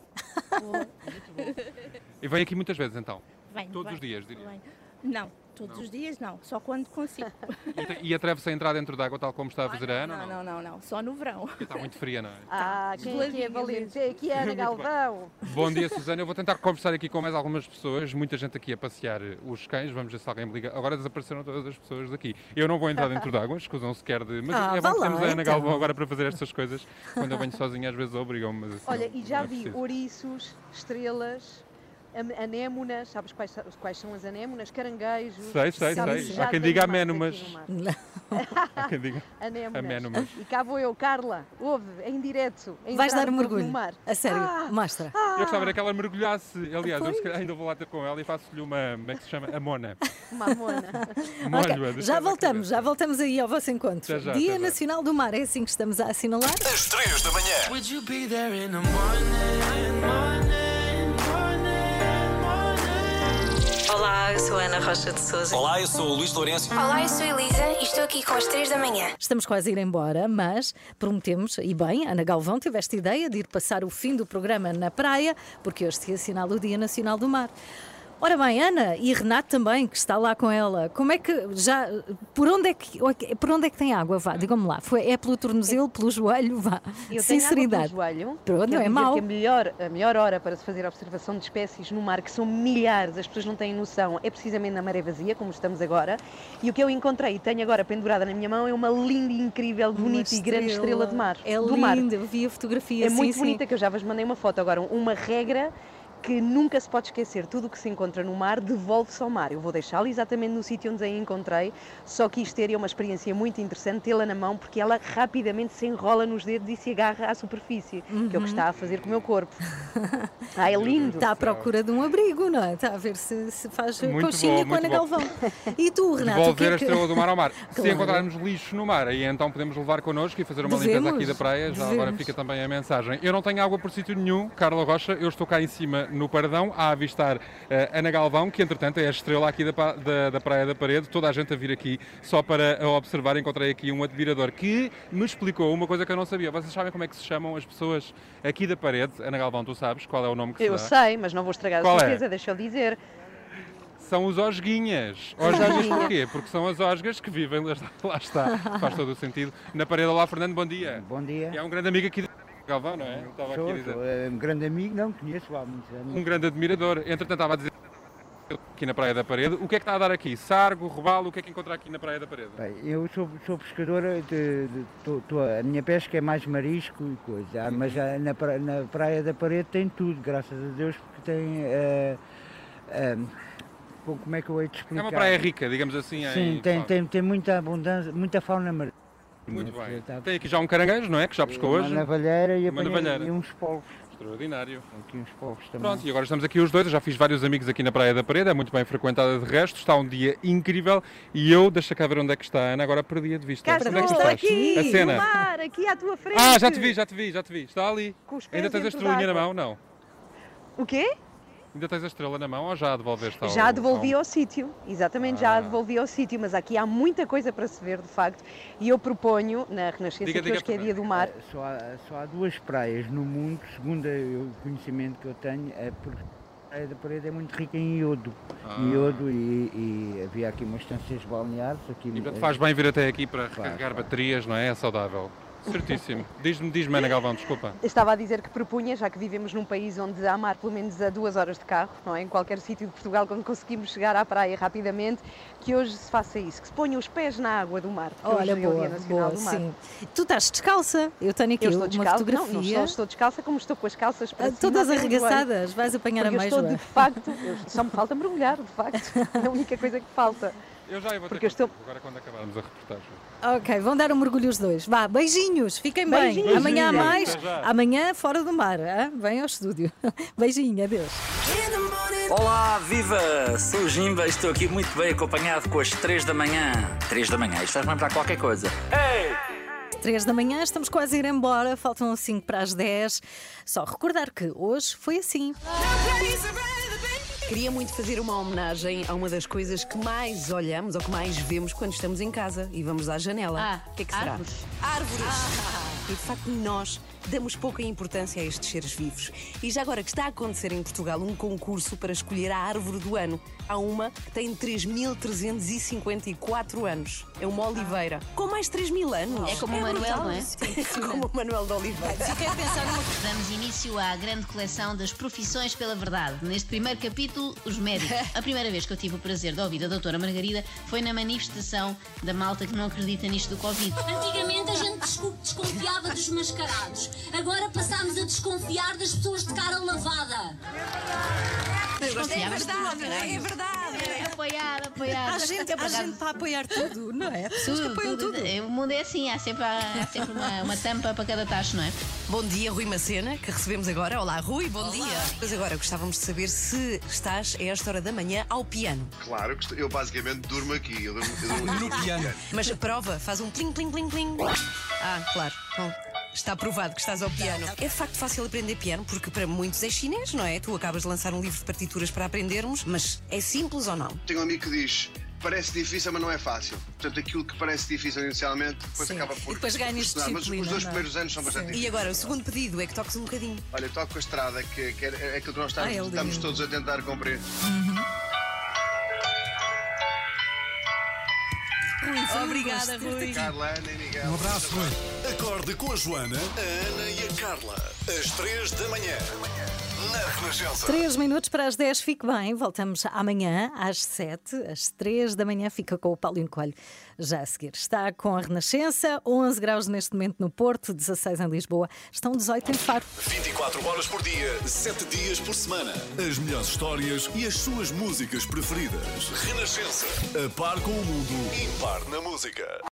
S10: E vem aqui muitas vezes então?
S20: Vem,
S10: Todos
S20: vem,
S10: os dias, diria.
S20: vem. Não, todos os dias não, só quando consigo.
S10: E, te- e atreve-se a entrar dentro d'água tal como está a fazer a Ana?
S20: Não,
S10: ou não?
S20: não, não, não, só no verão.
S10: Porque está muito fria, não é?
S2: Ah, quem é que é valente? Aqui é a Ana
S10: Muito bem.
S2: Galvão.
S10: Bom dia, Susana. Eu vou tentar conversar aqui com mais algumas pessoas. Muita gente aqui a passear os cães. Vamos ver se alguém me liga. Agora desapareceram todas as pessoas daqui. Eu não vou entrar dentro d'água, escusam sequer de. Mas
S1: Ah,
S10: é
S1: vá
S10: bom que
S1: lá,
S10: temos a Ana
S1: então.
S10: Galvão agora para fazer estas coisas. Quando eu venho sozinha, às vezes obrigam-me. Mas assim,
S2: Olha,
S10: não-
S2: e já
S10: não é
S2: vi
S10: preciso.
S2: ouriços, estrelas, am- anémonas, sabes quais, sa- quais são as anémonas? Caranguejos.
S10: Sei, sei,
S2: sabes,
S10: sei.
S2: já
S10: Há quem
S2: de
S10: diga
S2: animais
S10: aménumas.
S2: aqui no mar.
S10: Há quem diga
S2: Anémonas.
S10: aménumas.
S2: E cá vou eu, Carla, ouve, em direto. a
S1: Vais
S2: entrar
S1: dar um
S2: no
S1: mergulho.
S2: no mar.
S1: A sério,
S2: Ah,
S1: mostra.
S10: Eu gostava era que ela mergulhasse. Aliás, eu
S1: Pois.
S10: se calhar ainda vou lá ter com ela e faço-lhe uma. Como é que se chama? A mona.
S2: Uma amona.
S10: Molho-a,
S1: Ok,
S10: deixa
S1: já
S10: ela
S1: voltamos, já voltamos aí ao vosso encontro.
S10: Até já,
S1: Dia
S10: até já.
S1: Nacional do Mar, é assim que estamos a assinalar.
S4: Às três da manhã.
S11: Would you be there in the morning, morning, morning, morning?
S5: Olá,
S15: Olá, eu sou a Ana Rocha de Sousa.
S17: Olá, eu sou o Luís Lourenço.
S15: Olá, eu sou a Elisa e estou aqui com as três da manhã.
S1: Estamos quase a ir embora, mas prometemos, e bem, Ana Galvão teve esta ideia de ir passar o fim do programa na praia, porque hoje se assinala o Dia Nacional do Mar. Ora bem, Ana e Renato também, que está lá com ela, como é que já, por onde é que, por onde é que tem água, vá, digam-me lá, Foi, é pelo tornozelo, pelo joelho, vá,
S2: Eu
S1: sinceridade.
S2: tenho água pelo joelho,
S1: Pronto, não
S2: quer
S1: é
S2: dizer
S1: mau.
S2: que a melhor, a melhor hora para se fazer observação de espécies no mar, que são milhares, as pessoas não têm noção, é precisamente na maré vazia, como estamos agora, e o que eu encontrei e tenho agora pendurada na minha mão é uma linda, incrível, bonita e grande estrela de mar.
S1: É
S2: do mar.
S1: linda, eu vi a fotografia,
S2: É
S1: sim,
S2: muito
S1: sim.
S2: bonita, que eu já vos mandei uma foto agora, uma regra que nunca se pode esquecer, tudo o que se encontra no mar devolve-se ao mar. Eu vou deixá-la exatamente no sítio onde a encontrei, só que isto é uma experiência muito interessante, tê-la na mão, porque ela rapidamente se enrola nos dedos e se agarra à superfície, uhum. que é o que está a fazer com o meu corpo. Ah, é lindo.
S1: Está à procura de um abrigo, não é? Está a ver se, se faz
S10: Muito
S1: conchinha
S10: bom,
S1: com a Ana
S10: muito bom.
S1: Galvão. E tu, Renato? o que
S10: Devolver
S1: é
S10: a
S1: que...
S10: estrela do mar ao mar. Se
S1: Claro.
S10: encontrarmos lixo no mar, aí então podemos levar connosco e fazer uma
S1: Devemos,
S10: limpeza aqui da praia. Já agora
S1: devemos.
S10: fica também a mensagem. Eu não tenho água por sítio nenhum, Carla Rocha, eu estou cá em cima no paradão a avistar uh, Ana Galvão, que entretanto é a estrela aqui da, pa- da, da Praia da Parede, toda a gente a vir aqui só para a observar. Encontrei aqui um admirador que me explicou uma coisa que eu não sabia. Vocês sabem como é que se chamam as pessoas aqui da parede? Ana Galvão, tu sabes qual é o nome que se
S2: Eu
S10: dá?
S2: sei, mas não vou estragar
S10: Qual
S2: a
S10: é?
S2: surpresa, deixa eu dizer.
S10: São os osguinhas. Osguinhas porquê? Porque são as osgas que vivem, lá está, lá está, faz todo o sentido, na parede. Olá, Fernando, bom dia.
S21: Bom dia.
S10: E é um grande amigo aqui de Galvão, não é? Estava
S21: Sou,
S10: aqui a dizer.
S21: sou, é um grande amigo, não conheço há muitos anos.
S10: Um grande admirador. Entretanto, estava a dizer aqui na Praia da Parede. O que é que está a dar aqui? Sargo, robalo, o que é que encontra aqui na Praia da Parede?
S21: Bem, eu sou, sou pescadora, de, de, tô, tô, a minha pesca é mais marisco e coisa, ah, mas ah, na, pra- na Praia da Parede tem tudo, graças a Deus, porque tem... ah, ah, bom, como é que eu hei de explicar?
S10: É uma praia rica, digamos assim.
S21: Sim,
S10: em...
S21: tem, tem, tem muita abundância, muita fauna marinha.
S10: Muito bem. Tem aqui já um caranguejo, não é? Que já pescou
S21: Uma
S10: hoje.
S21: navalheira e,
S10: Uma
S21: apanhei-
S10: navalheira.
S21: e uns polvos.
S10: Extraordinário.
S21: Aqui uns polvos também.
S10: Pronto, e agora estamos aqui os dois. Eu já fiz vários amigos aqui na Praia da Parede, é muito bem frequentada de resto. Está um dia incrível e eu, deixa cá ver onde é que está a Ana, agora perdi a de vista.
S2: Cá
S10: Onde é que tu
S2: estou,
S10: estás?
S2: aqui,
S10: A cena.
S2: no mar, aqui à tua frente.
S10: Ah, já te vi, já te vi, já te vi. Está ali.
S2: Com os pés
S10: Ainda tens a
S2: dentro
S10: estrelinha na
S2: d'água.
S10: mão? Não.
S2: O quê?
S10: Ainda tens a estrela na mão ou já a devolveste ao...
S2: Já a devolvi
S10: ao...
S2: ao sítio, exatamente, já a
S10: Ah.
S2: devolvi ao sítio, mas aqui há muita coisa para se ver, de facto, e eu proponho, na Renascença,
S21: Diga,
S2: que
S21: diga,
S2: hoje que é dia do
S21: Eh,
S2: mar,
S21: Só há, só há duas praias no mundo, segundo o conhecimento que eu tenho, é porque a Praia da Parede é muito rica em iodo.
S10: Ah.
S21: Iodo e, e havia aqui umas estâncias balneares. Aqui,
S10: E portanto faz bem vir até aqui para recarregar baterias, não é? É saudável. Certíssimo. Diz-me, diz-me, Ana Galvão, desculpa.
S2: estava a dizer que propunha, já que vivemos num país onde há mar pelo menos a duas horas de carro, não é? Em qualquer sítio de Portugal, quando conseguimos chegar à praia rapidamente, que hoje se faça isso, que se ponham os pés na água do mar, porque
S1: Olha,
S2: hoje é o
S1: boa,
S2: Dia Nacional
S1: boa,
S2: do Mar.
S1: sim. Tu estás descalça, eu tenho aqui
S2: Eu estou
S1: uma
S2: descalça,
S1: fotografia.
S2: não, não só estou descalça, como estou com as calças para
S1: Ah,
S2: cima.
S1: todas
S2: até o joelho.
S1: arregaçadas, vais apanhar a
S2: Porque eu estou
S1: ameijoa.
S2: de facto, eu- só me falta mergulhar, de facto, é a única coisa que falta.
S10: Eu já vou ter
S2: Porque eu estou...
S10: agora quando acabarmos a reportagem.
S1: Ok, vão dar um mergulho os dois. Vá, beijinhos, fiquem bem.
S2: Beijinhos.
S1: Amanhã há mais,
S10: Até já.
S1: amanhã fora do mar. Hein? Vem ao estúdio. Beijinho, adeus.
S22: Olá, viva! Sou o Jimba e estou aqui muito bem acompanhado com as três da manhã. três da manhã, isto faz-me lembrar qualquer coisa. Ei!
S1: Três da manhã, estamos quase a ir embora, faltam cinco para as dez. Só recordar que hoje foi assim.
S2: Queria muito fazer uma homenagem a uma das coisas que mais olhamos ou que mais vemos quando estamos em casa e vamos à janela.
S6: Ah,
S2: o que é que será?
S6: árvores.
S2: Árvores! E de facto nós damos pouca importância a estes seres vivos. E já agora que está a acontecer em Portugal um concurso para escolher a árvore do ano. Há uma que tem três mil trezentos e cinquenta e quatro anos. É uma oliveira. Com mais de três mil anos.
S6: É como o Manuel,
S2: brutal.
S6: não é?
S2: Como o Manuel de Oliveira.
S6: Damos início à grande coleção das profissões pela verdade. Neste primeiro capítulo, os médicos. A primeira vez que eu tive o prazer de ouvir a doutora Margarida foi na manifestação da malta que não acredita nisto do Covid.
S14: Antigamente a gente desco- desconfiava dos mascarados. Agora passámos a desconfiar das pessoas de cara lavada.
S6: Desconfiavas de tudo, não é?
S2: É verdade.
S6: É apoiar, apoiar.
S1: Há gente, há gente para apoiar tudo, não é? Pessoas que
S6: Tudo,
S1: apoiam
S6: tudo.
S1: tudo.
S6: O mundo é assim, há sempre, há sempre uma, uma tampa para cada tacho, não é?
S2: Bom dia, Rui Macena, que recebemos agora. Olá, Rui, bom dia. Mas agora gostávamos de saber se estás a esta hora da manhã ao piano.
S16: Claro, que estou- eu basicamente durmo aqui. Eu durmo, eu durmo, eu durmo
S22: No piano.
S2: Mas prova, faz um plim, plim, plim, plim. Ah, claro. Bom,
S5: Está provado que estás ao piano. É de facto fácil aprender piano, porque para muitos é chinês, não é? Tu acabas de lançar um livro de partituras para aprendermos, mas é simples ou não?
S16: Tenho um amigo que diz, parece difícil, mas não é fácil. Portanto, aquilo que parece difícil inicialmente, depois
S5: Sim.
S16: acaba por...
S5: E depois ganhas
S16: por mas
S5: disciplina,
S16: os dois
S5: não é?
S16: primeiros anos são bastante
S5: Sim.
S16: difíceis.
S5: E agora, o segundo pedido é que toques um bocadinho.
S16: Olha, toco a estrada, que, que é, é aquilo que nós estamos,
S5: Ah, é
S16: estamos
S5: lindo.
S16: todos a tentar cumprir.
S5: Rui, obrigada, Rui.
S16: Carla, Ana e Miguel.
S4: Um abraço, Rui. Acorde com a Joana, a Ana e a Carla. Às três da manhã. Na Renascença.
S1: Três minutos para as dez, fique bem. Voltamos amanhã às sete, às três da manhã. Fica com o Paulinho Coelho já a seguir. Está com a Renascença, onze graus neste momento no Porto, dezasseis em Lisboa, estão dezoito em Faro.
S4: vinte e quatro horas por dia, sete dias por semana. As melhores histórias e as suas músicas preferidas. Renascença. A par com o mundo, impar na música.